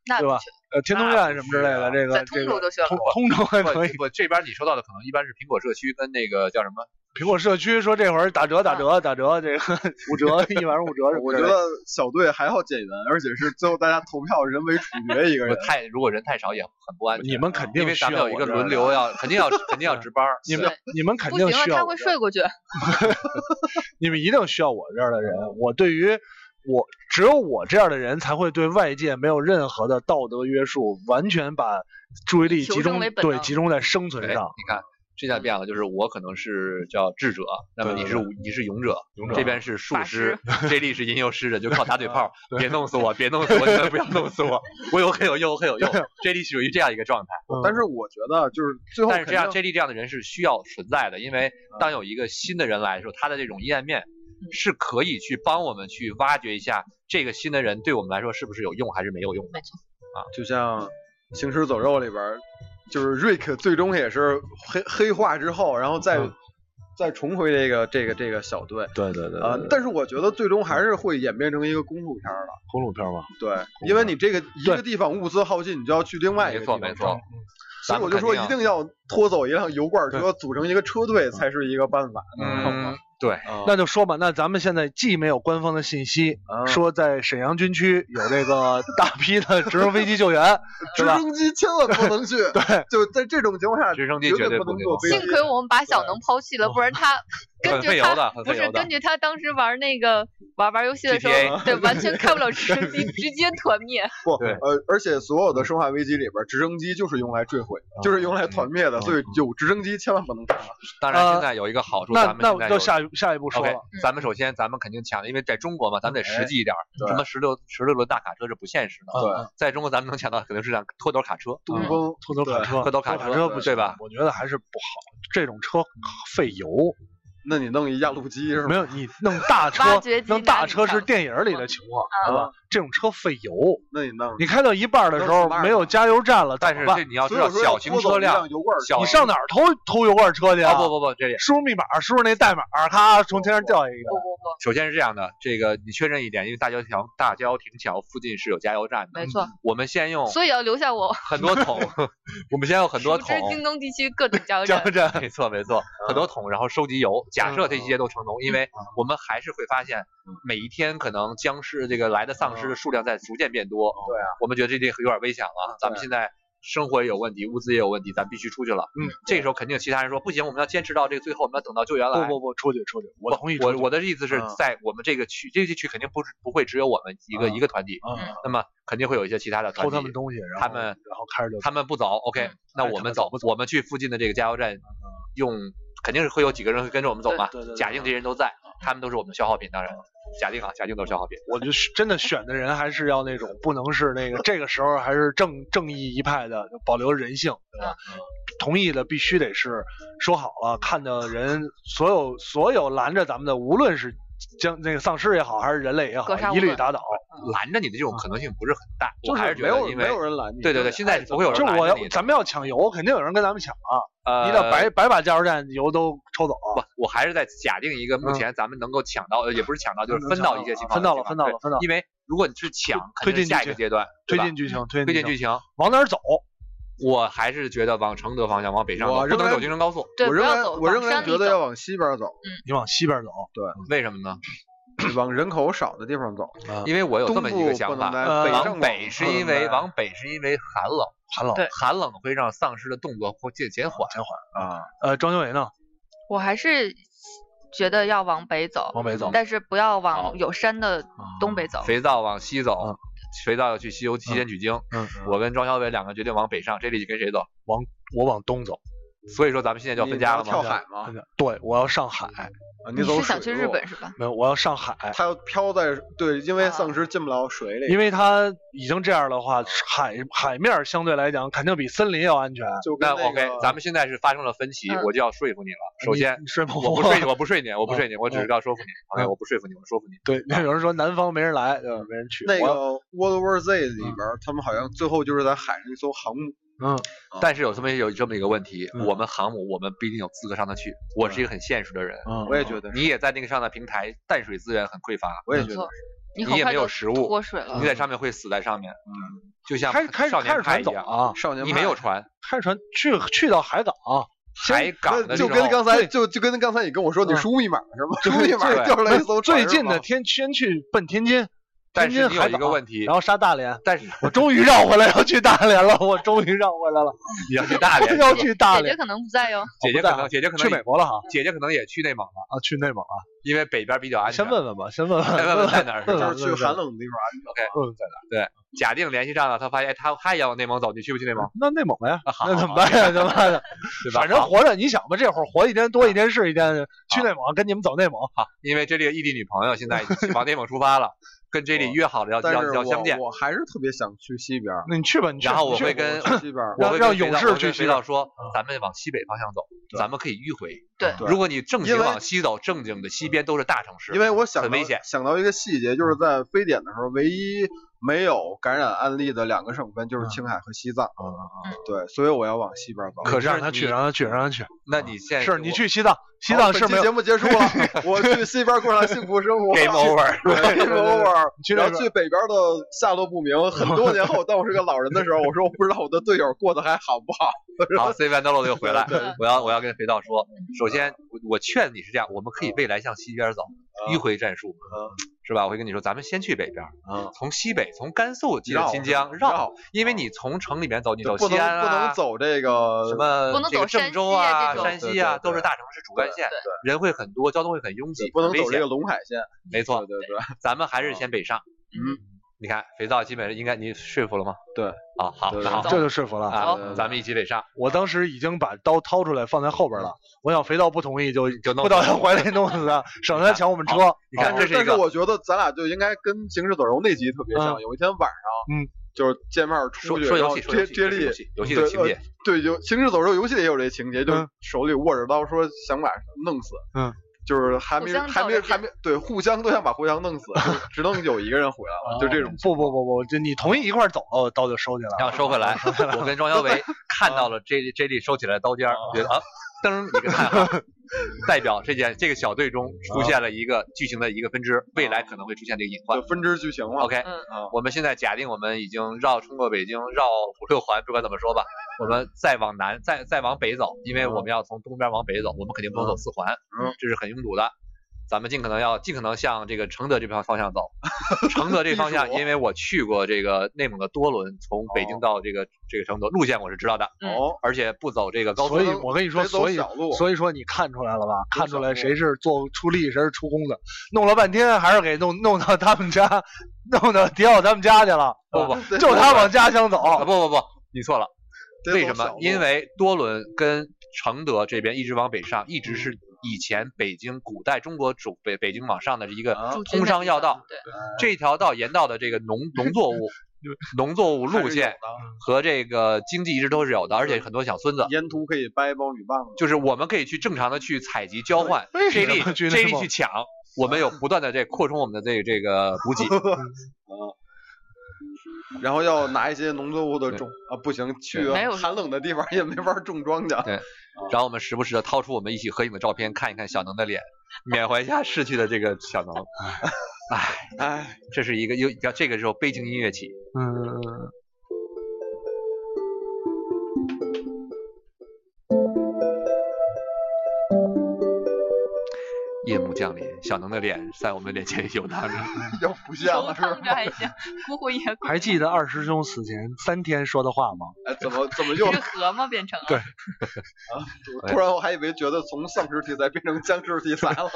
对吧？天通苑什么之类的，这个在通州就行了。 通州还可以。 不，这边你说到的可能一般是苹果社区跟那个叫什么？ 苹果社区说这会儿打折，这个5折1晚上5折。 我觉得小队还要减员，而且是最后大家投票人为处决一个人。 如果人太少也很不安全。 你们肯定因为咱们有一个轮流肯定要值班。 你们肯定需要。 不行了，他会睡过去。 你们一定需要我这样的人。我对于只有我这样的人才会对外界没有任何的道德约束，完全把注意力集中在生存上。 你看。这下变了，就是我可能是叫智者，那么你是勇者，这边是术师，J 莉是吟游诗人，就靠打嘴炮，别弄死我，你们不要弄死我，我有很有用，J 莉属于这样一个状态。 但是我觉得就是最后， 但是这样 J 莉这样的人是需要存在的，因为当有一个新的人来的时候，他的这种阴暗面是可以去帮我们去挖掘一下这个新的人对我们来说是不是有用还是没有用。 没错就像《行尸走肉》里边。就是瑞克最终也是黑化之后，然后再重回这个小队。 对。 但是我觉得最终还是会演变成一个公路片的。 公路片吗？ 对，因为你这个一个地方物资耗尽，你就要去另外一个地方。 没错。 所以我就说一定要拖走一辆油罐车，组成一个车队才是一个办法。 对， 那就说吧，那咱们现在既没有官方的信息说在沈阳军区有这个大批的直升飞机救援， 直升机千万不能去。 对， 就在这种情况下， 直升机绝对不能坐飞机。 幸亏我们把小能抛弃了，不然他根据他当时玩那个玩游戏的时候，对，完全开不了直升机，直接团灭。 不，而且所有的生化危机里边，直升机就是用来坠毁，就是用来团灭的，所以有直升机千万不能上。 当然，现在有一个好处， 那就下一步说了。 咱们首先肯定抢，因为在中国嘛，咱们得实际一点，什么16轮大卡车是不现实的。 对， 在中国咱们能抢到肯定是辆拖斗卡车， 东风拖斗卡车不对吧？ 我觉得还是不好，这种车费油。 那你弄一压路机是吗？ 没有，你弄大车是电影里的情况，对吧？这种车费油， 那你开到一半的时候没有加油站了， 但是这你要知道，小型车辆， 你上哪儿偷油罐车去啊？ 不，这里输入密码，输入那代码，咔从天上掉一个。 不， 首先是这样的，这个你确认一点，因为大郊亭桥附近是有加油站的， 没错。 我们先用， 所以要留下很多桶，我们先有很多桶。 京东地区各种加油站，没错，很多桶，然后收集油。假设这些都成功，因为我们还是会发现，每一天可能僵尸这个来的丧尸的数量在逐渐变多。 对啊， 我们觉得这有点危险了。咱们现在生活也有问题，物资也有问题，咱必须出去了。这个时候肯定其他人说不行，我们要坚持到这个最后，我们要等到救援来。 不，出去，我同意。 我的意思是在我们这个区肯定不会只有我们一个团体，那么肯定会有一些其他的团体偷他们东西，然后开始他们不走 ，OK， 那我们走，我们去附近的这个加油站肯定是会有几个人会跟着我们走嘛。假定这些人都在，他们都是我们的消耗品，当然假定都是消耗品。 我就真的选的人还是要那种不能是那个这个时候还是正义一派的，保留人性，对吧？同意的必须得是说好了，看的人所有拦着咱们的，无论是将那个丧尸也好，还是人类也好，一律打倒。 拦着你的这种可能性不是很大， 就是还是觉得因为没有人拦你。 对，现在不会有人拦你。 咱们要抢油，肯定有人跟咱们抢啊！你得白把加油站油都抽走。 不，我还是在假定一个目前咱们能够抢到，也不是抢到，就是分到一些情况。 分到了。 因为如果你是抢，肯定是下一个阶段推进剧情， 往哪儿走？ 我还是觉得往承德方向，往北上走，不能走京承高速。 对， 我认为觉得要往西边走。 你往西边走， 对， 为什么呢？ 往人口少的地方走， 因为我有这么一个想法，往北是因为寒冷会让丧尸的动作会减缓啊。庄小伟呢？ 我还是觉得要往北走，但是不要往有山的东北走。 肥皂往西走，肥皂要去西天取经。我跟庄小伟两个决定往北上，这里跟谁走？ 我往东走。 所以说咱们现在就要分家了吗？ 跳海吗？ 对，我要上海。 你是想去日本是吧？ 没有，我要上海。 他要飘在因为丧尸进不了水里。 因为他已经这样的话，海面相对来讲肯定比森林要安全。 那 OK， 咱们现在是发生了分歧，我就要说服你了。首先，我不睡你，我只是要说服你。OK， 我不说服你，我说服你。 对，有人说南方没人来，对吧？没人去。 那个 World War Z 里边，他们好像最后就是在海上一艘航母。 但是有这么一个问题，我们航母我们不一定有资格上得去。我是一个很现实的人， 我也觉得， 你也在那个上的平台，淡水资源很匮乏， 我也觉得。 你也没有食物， 脱水了， 你在上面会死在上面。就像少年派一样啊， 少年派你没有船， 开船去到海港。 海港的就跟刚才你跟我说你输密码是吗？输密码叫来一艘最近的先去奔天津。 但是你有一个问题， 然后杀大连， 但是我终于绕回来要去大连了，我终于绕回来了。 你要去大连， 要去大连， 姐姐可能不在哟， 姐姐可能去美国了哈， 姐姐可能也去内蒙了啊，去内蒙啊， 因为北边比较安全。 先问问吧，先问问在哪儿， 就是去寒冷的地方安全。 OK， 问问在哪？ 对，假定联系上了，他发现他也往内蒙走，你去不去内蒙？ 那内蒙呀，那怎么办呀？怎么办呀？ 对吧？ 反正活着，你想吧，这会儿活一天多一天是一天，去内蒙跟你们走内蒙。 好，因为这里异地女朋友现在往内蒙出发了。跟这里约好了要相见， 我还是特别想去西边。 那你去吧，你去。 然后我会跟西边， 我会让勇士去肥皂说，咱们往西北方向走，咱们可以迂回。 对， 如果你正经往西走，正经的西边都是大城市， 因为我很危险。 想到一个细节，就是在非典的时候，唯一没有感染案例的2个省份就是青海和西藏。对，所以我要往西边走。 可是让他去。 那你现在是你去西藏是没有。 节目结束了，我去西边过上幸福生活。 Game over，Game over。然后去北边的下落不明，很多年后，当我是个老人的时候，我说我不知道我的队友过得还好不好。 好 ，C 万德洛又回来。我要跟肥皂说，首先我劝你是这样，我们可以未来向西边走，迂回战术，是吧？我会跟你说，咱们先去北边，从西北，从甘肃进新疆绕，因为你从城里面走，你走西安不能走这个什么， 不能走郑州啊、山西啊，都是大城市主干线，人会很多，交通会很拥挤， 不能走这个陇海线。 没错， 对， 咱们还是先北上。你看肥皂基本应该你说服了吗？ 对， 好， 这就说服了啊！咱们一起北上。 我当时已经把刀掏出来放在后边了，我想肥皂不同意就不到他怀里弄死他，省得他抢我们车。 你看，这是一个。 但是我觉得咱俩就应该跟《行尸走肉》那集特别像，有一天晚上，就是见面出去说游戏， 接力游戏的情节。 对，《行尸走肉》游戏里也有这情节，就手里握着刀说想把弄死。就是还没对，互相都想把互相弄死，只能有一个人回来了，就这种。 不，就你同意一块走，刀就收起来了。 要收回来，我跟庄小伟看到了 J 莉收起来的刀尖，觉得噔一个叹号，代表这个小队中出现了一个剧情的一个分支，未来可能会出现这个隐患。 分支剧情了。 OK，我们现在假定我们已经冲过北京，绕5、6环，不管怎么说吧，我们再往南，再往北走，因为我们要从东边往北走，我们肯定不能走4环，这是很拥堵的。咱们尽可能向这个承德这边方向走。承德这方向，因为我去过这个内蒙的多伦，从北京到这个承德路线我是知道的。而且不走这个高速。 所以我跟你说，所以说你看出来了吧？看出来谁是出力，谁是出工的。弄了半天还是给弄到他们家，弄到迪奥他们家去了。 不， 就他往家乡走。 不，你错了。为什么？因为多伦跟承德这边一直往北上，一直是以前北京古代中国北京往上的一个通商要道。这条道沿道的这个农作物路线和这个经济一直都是有的，而且很多小村子沿途可以掰苞米棒， 就是我们可以去正常的去采集交换，J 莉去抢，我们有不断的扩充我们的这个补给。 然后要拿一些农作物的种不行，去寒冷的地方也没法种庄稼。 对，然后我们时不时的掏出我们一起合影的照片，看一看小能的脸，缅怀一下逝去的这个小能。这是一个这个时候悲情音乐起。夜幕降临，小能的脸在我们脸前游荡着， 要不像了是吧？ 还行，哭哭也哭。 还记得二师兄死前3天说的话吗？ 怎么又是河吗？变成了？ 对。 突然我还以为觉得从丧尸题材变成僵尸题材了。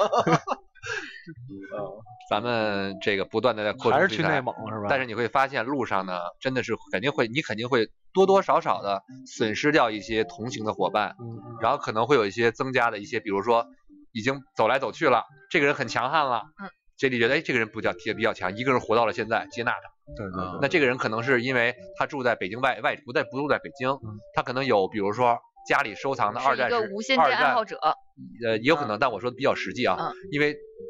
咱们这个不断的在扩充， 还是去内蒙是吧？ 但是你会发现路上呢，真的是你肯定会多多少少的损失掉一些同行的伙伴，然后可能会有一些增加的一些，比如说已经走来走去了，这个人很强悍了，J 莉觉得这个人比较强，一个人活到了现在，接纳他。 对。 那这个人可能是因为他住在北京不住在北京，他可能有比如说家里收藏的二战无线电爱好者， 也有可能，但我说的比较实际啊，因为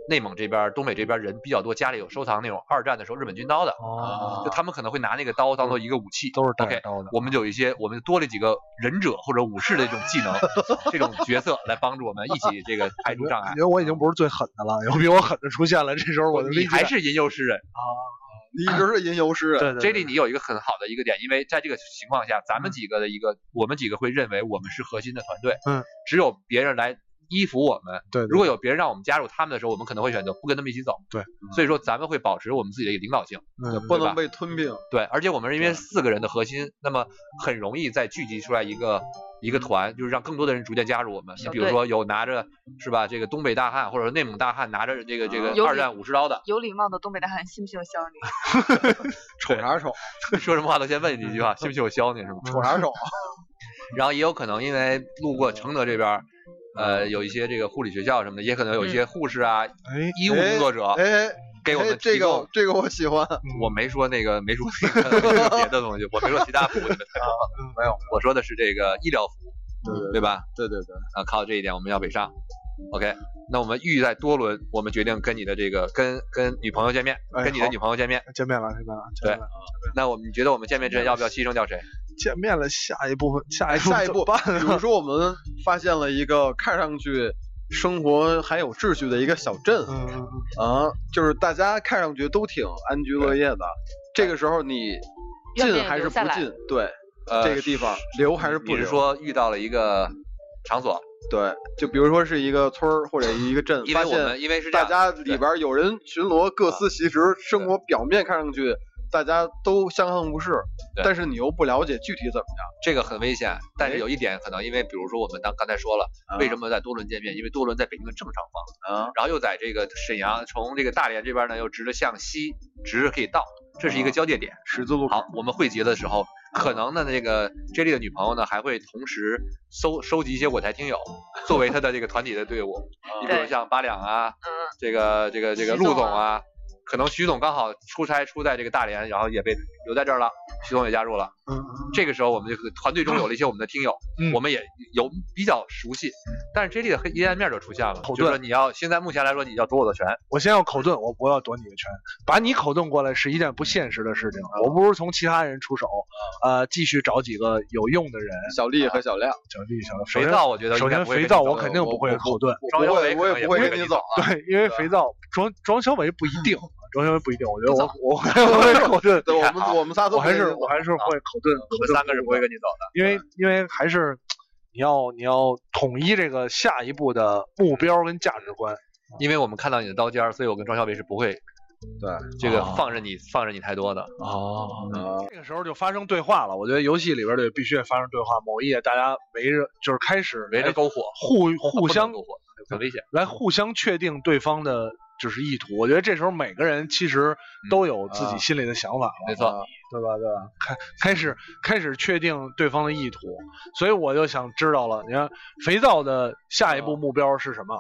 内蒙这边、东北这边人比较多，家里有收藏那种2战的时候日本军刀的，就他们可能会拿那个刀当做一个武器， 都是带刀的。 我们有一些，我们多了几个忍者或者武士的这种技能，这种角色来帮助我们一起这个排除障碍。 因为我已经不是最狠的了，有比我狠的出现了，这时候你还是吟游诗人啊。你一直是吟游诗人。 这里你有一个很好的一个点，因为在这个情况下，咱们几个的我们几个会认为我们是核心的团队，只有别人来依附我们， 对， 如果有别人让我们加入他们的时候，我们可能会选择不跟他们一起走， 对， 所以说咱们会保持我们自己的一个领导性， 不能被吞并， 对，而且我们是因为4个人的核心，那么很容易再聚集出来一个团，就是让更多的人逐渐加入我们。你比如说有拿着是吧这个东北大汉或者内蒙大汉拿着这个2战武士刀的， 有礼貌的东北大汉信不信我削你？ 瞅啥瞅？ 说什么话都先问你一句话，信不信我削你是吗？ 瞅啥瞅？ 然后也有可能因为路过承德这边。有一些这个护理学校什么的，也可能有一些护士啊、医务工作者，给我们这个我喜欢。 我没说那个别的东西，我没说其他服务你们太多了， 没有， 我说的是这个医疗服务，对吧？ 对。 靠这一点我们要北上。OK， 那我们预在多伦，我们决定跟你的这个跟女朋友见面，跟你的女朋友见面了。 对，那你觉得我们见面之前要不要牺牲掉谁？ 见面了，下一步， 比如说我们发现了一个看上去生活还有秩序的一个小镇，就是大家看上去都挺安居乐业的。这个时候你进还是不进？对，这个地方留还是不留？ 你是说遇到了一个场所？ 对，就比如说是一个村儿或者一个镇，发现因为是大家里边有人巡逻，各司其职，生活表面看上去大家都相安无事，但是你又不了解具体怎么样， 这个很危险。但是有一点可能，因为比如说我们刚才说了，为什么在多伦见面？因为多伦在北京的正上方，然后又在这个沈阳，从这个大连这边呢又直着向西，直着可以到，这是一个交界点， 十字路口。 好，我们汇集的时候，可能呢那个 J 莉的女朋友呢还会同时收集一些我台听友，作为他的这个团体的队伍，你比如像8两啊，这个陆总啊。可能徐总刚好出差出在这个大连，然后也被留在这儿了，徐总也加入了。这个时候我们就团队中有了一些我们的听友，我们也有比较熟悉。但是 J 莉的阴暗面就出现了，就是说你要现在目前来说你要夺我的权， 我先要口盾，我不要夺你的权，把你口盾过来是一件不现实的事情。我不如从其他人出手，继续找几个有用的人， 小丽和小亮， 肥皂我觉得首先肥皂我肯定不会口盾， 我也不会跟你走。 对，因为肥皂庄小伟不一定。庄小伟不一定，我觉得我会口盾。 对，我们仨都我还是会口盾。 我们3个人不会跟你走的，因为还是你要统一这个下一步的目标跟价值观。 因为我们看到你的刀尖，所以我跟庄小伟是不会这个放任你太多的。 这个时候就发生对话了。我觉得游戏里边必须发生对话。某一夜大家就是开始围着篝火， 互相篝火很危险， 来互相确定对方的。就是意图，我觉得这时候每个人其实都有自己心里的想法了， 没错， 对吧？开始确定对方的意图，所以我就想知道了，你看肥皂的下一步目标是什么？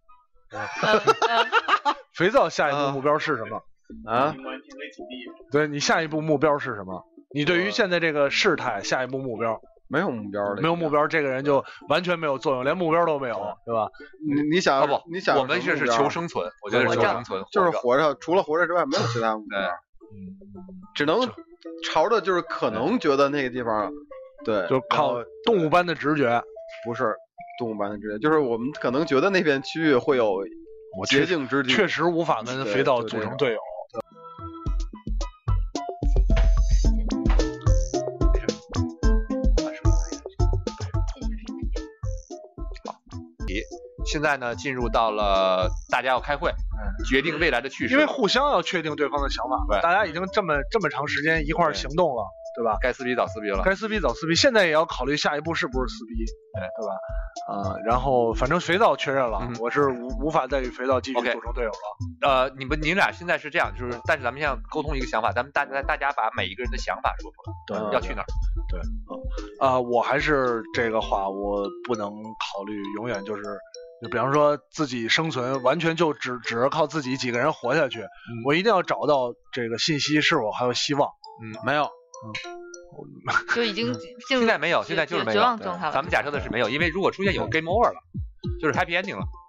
肥皂下一步目标是什么？对，你下一步目标是什么？你对于现在这个事态下一步目标？ 没有目标的， 没有目标，这个人就完全没有作用，连目标都没有，对吧？ 你想不？ 你想我们是求生存，我觉得是求生存， 就是活着，除了活着之外没有其他目标，只能朝着就是可能觉得那个地方，对， 就靠动物般的直觉， 不是动物般的直觉，就是我们可能觉得那片区域会有捷径之地， 确实无法跟肥皂组成队友。 现在呢，进入到了大家要开会，决定未来的趋势。 因为互相要确定对方的想法，大家已经这么长时间一块儿行动了，对吧？ 该撕逼早撕逼了， 该撕逼早撕逼。现在也要考虑下一步是不是撕逼，对吧？然后反正肥皂确认了，我是无法再与肥皂继续组成队友了。 你们俩现在是这样，就是但是咱们现在沟通一个想法，咱们大家把每一个人的想法说出来，对，要去哪儿？ 对，我还是这个话，我不能考虑永远就比方说自己生存完全就只是靠自己几个人活下去，我一定要找到这个信息是否还有希望。 没有， 就已经现在没有，现在就是没有。 绝望状态了。 咱们假设的是没有，因为如果出现有 game over 了，就是 happy ending 了。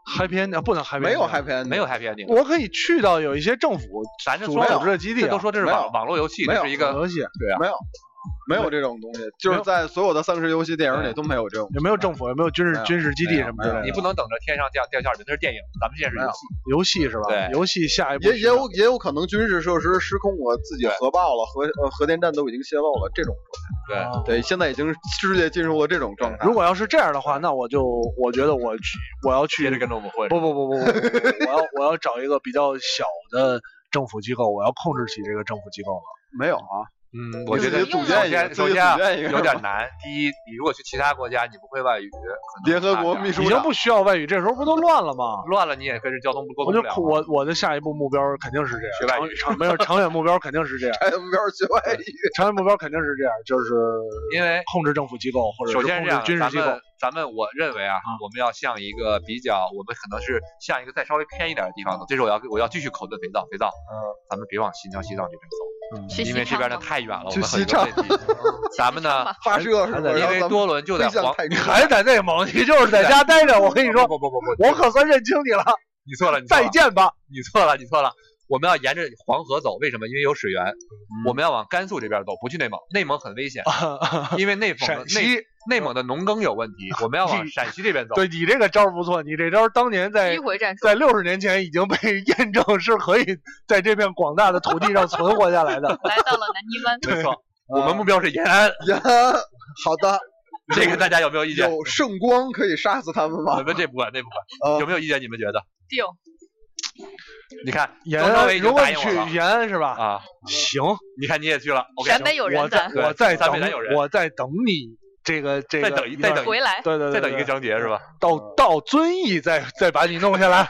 happy ending 不能 happy ending， 没有 happy ending， 没有 happy ending。 我可以去到有一些政府组织的基地， 这都说这是网络游戏，这是一个游戏， 对啊， 没有这种东西，就是在所有的丧尸游戏电影里都没有这种， 也没有政府，也没有军事基地什么之类的。 你不能等着天上掉馅饼，那是电影，咱们现在是游戏是吧？ 对， 游戏下一步也有可能军事设施失控了，自己核爆了，核电站都已经泄漏了，这种状态。 对，现在已经世界进入了这种状态。 如果要是这样的话，那我觉得我要去接着跟着我们混。 不，我要找一个比较小的政府机构，我要控制起这个政府机构了。 没有啊。 我觉得首先有点难。第一，你如果去其他国家，你不会外语， 联合国秘书长已经不需要外语，这时候不都乱了吗？ 乱了，你也跟着交通沟通不了。 我的下一步目标肯定是这样， 学外语。 没有长远目标肯定是这样， 长远目标学外语。 长远目标肯定是这样，就是因为控制政府机构或者是控制军事机构。 咱们我认为我们要向一个比较，我们可能是向一个再稍微偏一点的地方走。这是我要继续口炖肥皂，咱们别往新疆西藏这边走，因为这边的太远了，我们很多问题。咱们呢发射， 因为多伦就在你还在内蒙，你就是在家待着。我跟你说， 不， 我可算认清你了。 你错了， 再见吧。 你错了。我们要沿着黄河走，为什么？因为有水源。我们要往甘肃这边走，不去内蒙，内蒙很危险，因为内蒙的农耕有问题。我们要往陕西这边走。 对，你这个招不错，你这招当年在60年前已经被验证是可以在这片广大的土地上存活下来的。 来到了南泥湾。 没错，我们目标是延安。 好的。 这个大家有没有意见？ 有圣光可以杀死他们吗？ 我们这不管，有没有意见？你们觉得？ 有。 你看， 如果你去延安是吧？行， 你看你也去了。 陕北有人我在等你这个再等回来， 对， 再等一个章节是吧？ 到遵义再把你弄下来，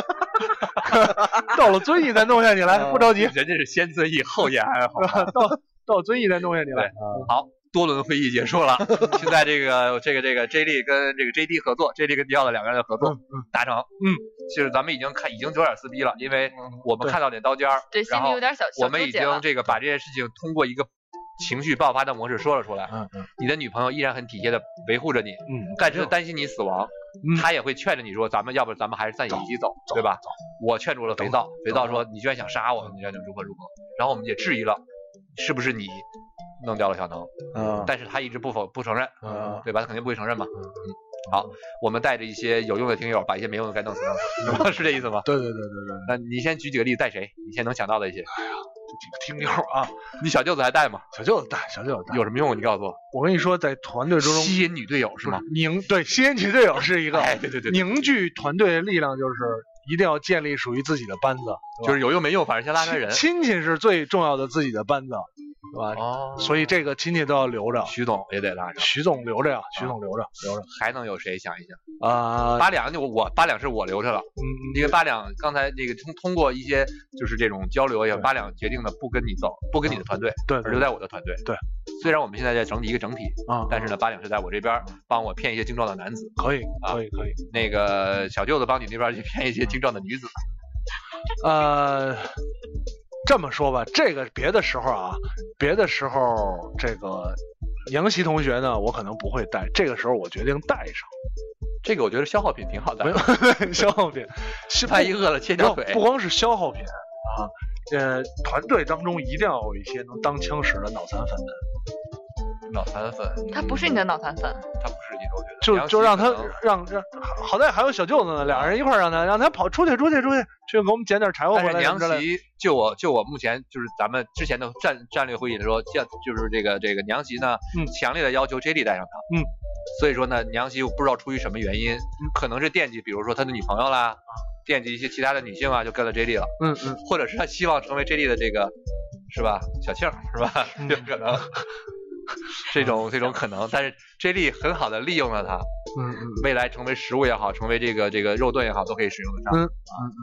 到了遵义再弄下你来，不着急。 人家是先遵义后延安，好吧？ 到遵义再弄下你来。 好。多轮会议结束了，现在这个 J 莉跟这个 JD 合作 ，JD 跟迪奥的两个人的合作达成，就是咱们已经有点撕逼了，因为我们看到点刀尖儿，然后我们已经这个把这件事情通过一个情绪爆发的模式说了出来。你的女朋友依然很体贴的维护着你，但是担心你死亡，她也会劝着你说，要不咱们还是暂且一起走，对吧？我劝住了肥皂说，你居然想杀我，你想如何？然后我们也质疑了，是不是你弄掉了小能？但是他一直不承认，对吧？他肯定不会承认嘛。好，我们带着一些有用的听友，把一些没用的该弄死，是这意思吗？ 对。 那你先举几个例子，带谁？你现在能想到的一些？ 哎呀，这几个听友啊， 你小舅子还带吗？ 小舅子带， 有什么用？你告诉我。 我跟你说，在团队中吸引女队友是吗？ 吸引女队友是一个， 对， 凝聚团队的力量就是一定要建立属于自己的班子， 就是有用没用，反正先拉开人。 亲戚是最重要的自己的班子。对吧？所以这个亲戚都要留着。 徐总也得拉着。 徐总留着呀，徐总留着。 还能有谁？想一想八两是我留着了。因为八两刚才那个通过一些就是这种交流，也八两决定了不跟你走，不跟你的团队，而留在我的团队。 对。 虽然我们现在在整理一个整体但是呢，八两是在我这边帮我骗一些精壮的男子。 可以。 那个小舅子帮你那边去骗一些精壮的女子。 这么说吧，这个别的时候这个杨希同学呢，我可能不会带，这个时候我决定带上。 这个我觉得消耗品挺好的。 消耗品， 万一饿了切条腿。 不光是消耗品团队当中一定要有一些能当枪使的脑残粉。 脑残粉， 他不是你的脑残粉， 他不是你的，我觉得就让他让，好在还有小舅子呢，两人一块让他跑出去，去给我们捡点柴火回来。 梁琦，就我目前就是咱们之前的战略会议的时候，就是这个梁琦呢，强烈的要求 JD 带上他，所以说呢，梁琦我不知道出于什么原因，可能是惦记，比如说他的女朋友啦，惦记一些其他的女性啊，就跟了 JD 了，或者是他希望成为 JD 的这个是吧小庆是吧，有可能。这种可能，但是 JD 很好的利用了它，未来成为食物也好，成为这个肉盾也好，都可以使用得上。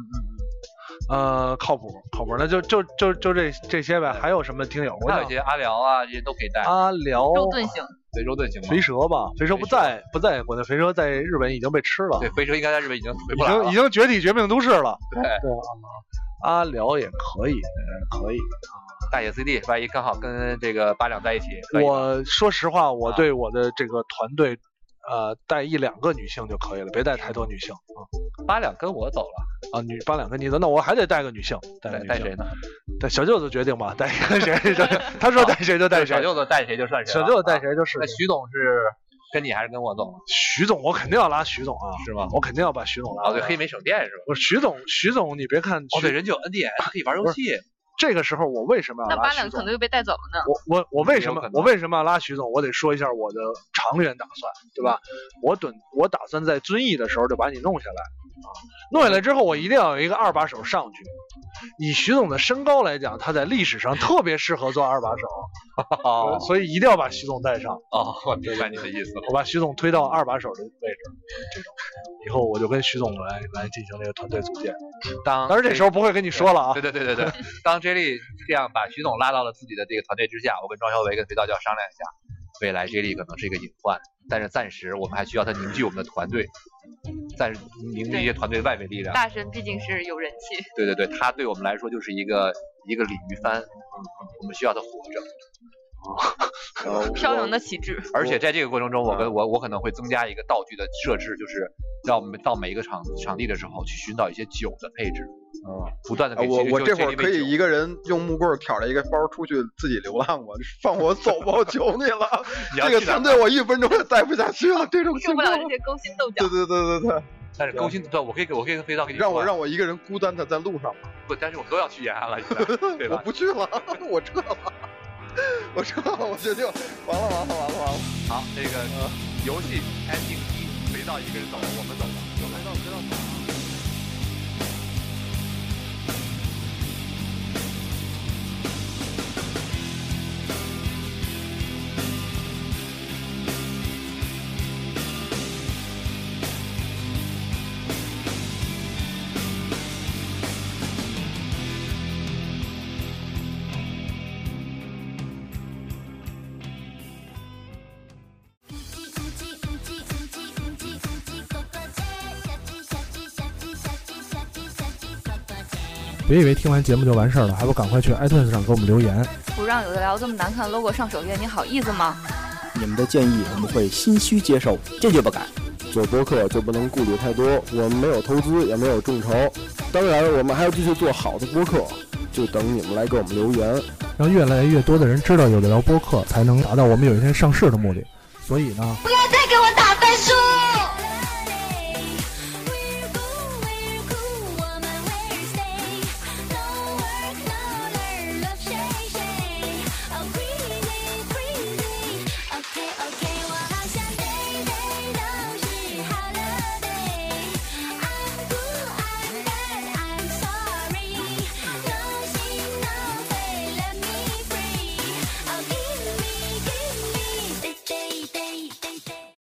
靠谱，那就这些呗。还有什么听友？ 还有一些阿辽啊，这些都可以带。 阿辽肉盾型， 对肉盾型。 肥蛇吧，肥蛇不在国内，肥蛇在日本已经被吃了。 对，肥蛇应该在日本已经回不来了， 已经绝体绝命都市了。 对， 阿辽也可以。 大野 CD， 万一刚好跟这个八两在一起。 我说实话，我对我的这个团队，带1-2个女性就可以了，别带太多女性 8两跟我走了啊，8两跟你走，那我还得带个女性，带谁呢？ 带小舅子决定吧，带谁？他说带谁就带谁， 小舅子带谁就算谁， 小舅子带谁就是。 那徐总是跟你还是跟我走？ 徐总我肯定要拉徐总啊， 是吗？ 我肯定要把徐总拉。 哦，对，黑莓省电是吧？ 不是徐总，你别看哦，对，人家有 NDS 可以玩游戏。 这个时候我为什么要拉徐总？ 那8两可能就被带走了呢。 我为什么要拉徐总？我得说一下我的长远打算，对吧？我打算在遵义的时候就把你弄下来啊，弄下来之后我一定要有一个2把手上去。以徐总的身高来讲，他在历史上特别适合做2把手，所以一定要把徐总带上。 哦，我明白你的意思了。 我把徐总推到2把手的位置，这种以后我就跟徐总来进行这个团队组建。当然这时候不会跟你说了啊。 对。当 J 莉这样把徐总拉到了自己的这个团队之下，我跟庄小伟跟肥皂就要商量一下，未来 J 莉可能是一个隐患，但是暂时我们还需要他凝聚我们的团队，暂时凝聚一些团队外围力量。 大神毕竟是有人气。 对，他对我们来说就是一个鲤鱼帆，我们需要他活着。 飘扬的旗帜。 而且在这个过程中，我可能会增加一个道具的设置，就是让我们到每一个场地的时候去寻找一些酒的配置，不断的给我这会儿可以一个人用木棍挑着一个包出去自己流浪吗？放我走吧，我求你了！这个团队我1分钟也待不下去了，这种受不了这些勾心斗角。 对。 但是勾心斗角，我可以跟肥皂给你让我一个人孤单的在路上吗？ 不，但是我都要去延安了，对吧？ 我不去了，我撤了。我决定，完了。 好，这个游戏 ending 1，肥皂一个人走了，我们走了，肥皂。 别以为听完节目就完事儿了，还不赶快去 iTunes 上给我们留言。 不让有的聊这么难看的 logo 上首页，你好意思吗？ 你们的建议我们会心虚接受，坚决不改。做播客就不能顾虑太多，我们没有投资，也没有众筹。当然，我们还要继续做好的播客，就等你们来给我们留言， 让越来越多的人知道有的聊播客，才能达到我们有一天上市的目的。所以呢， 不要再给我打分数。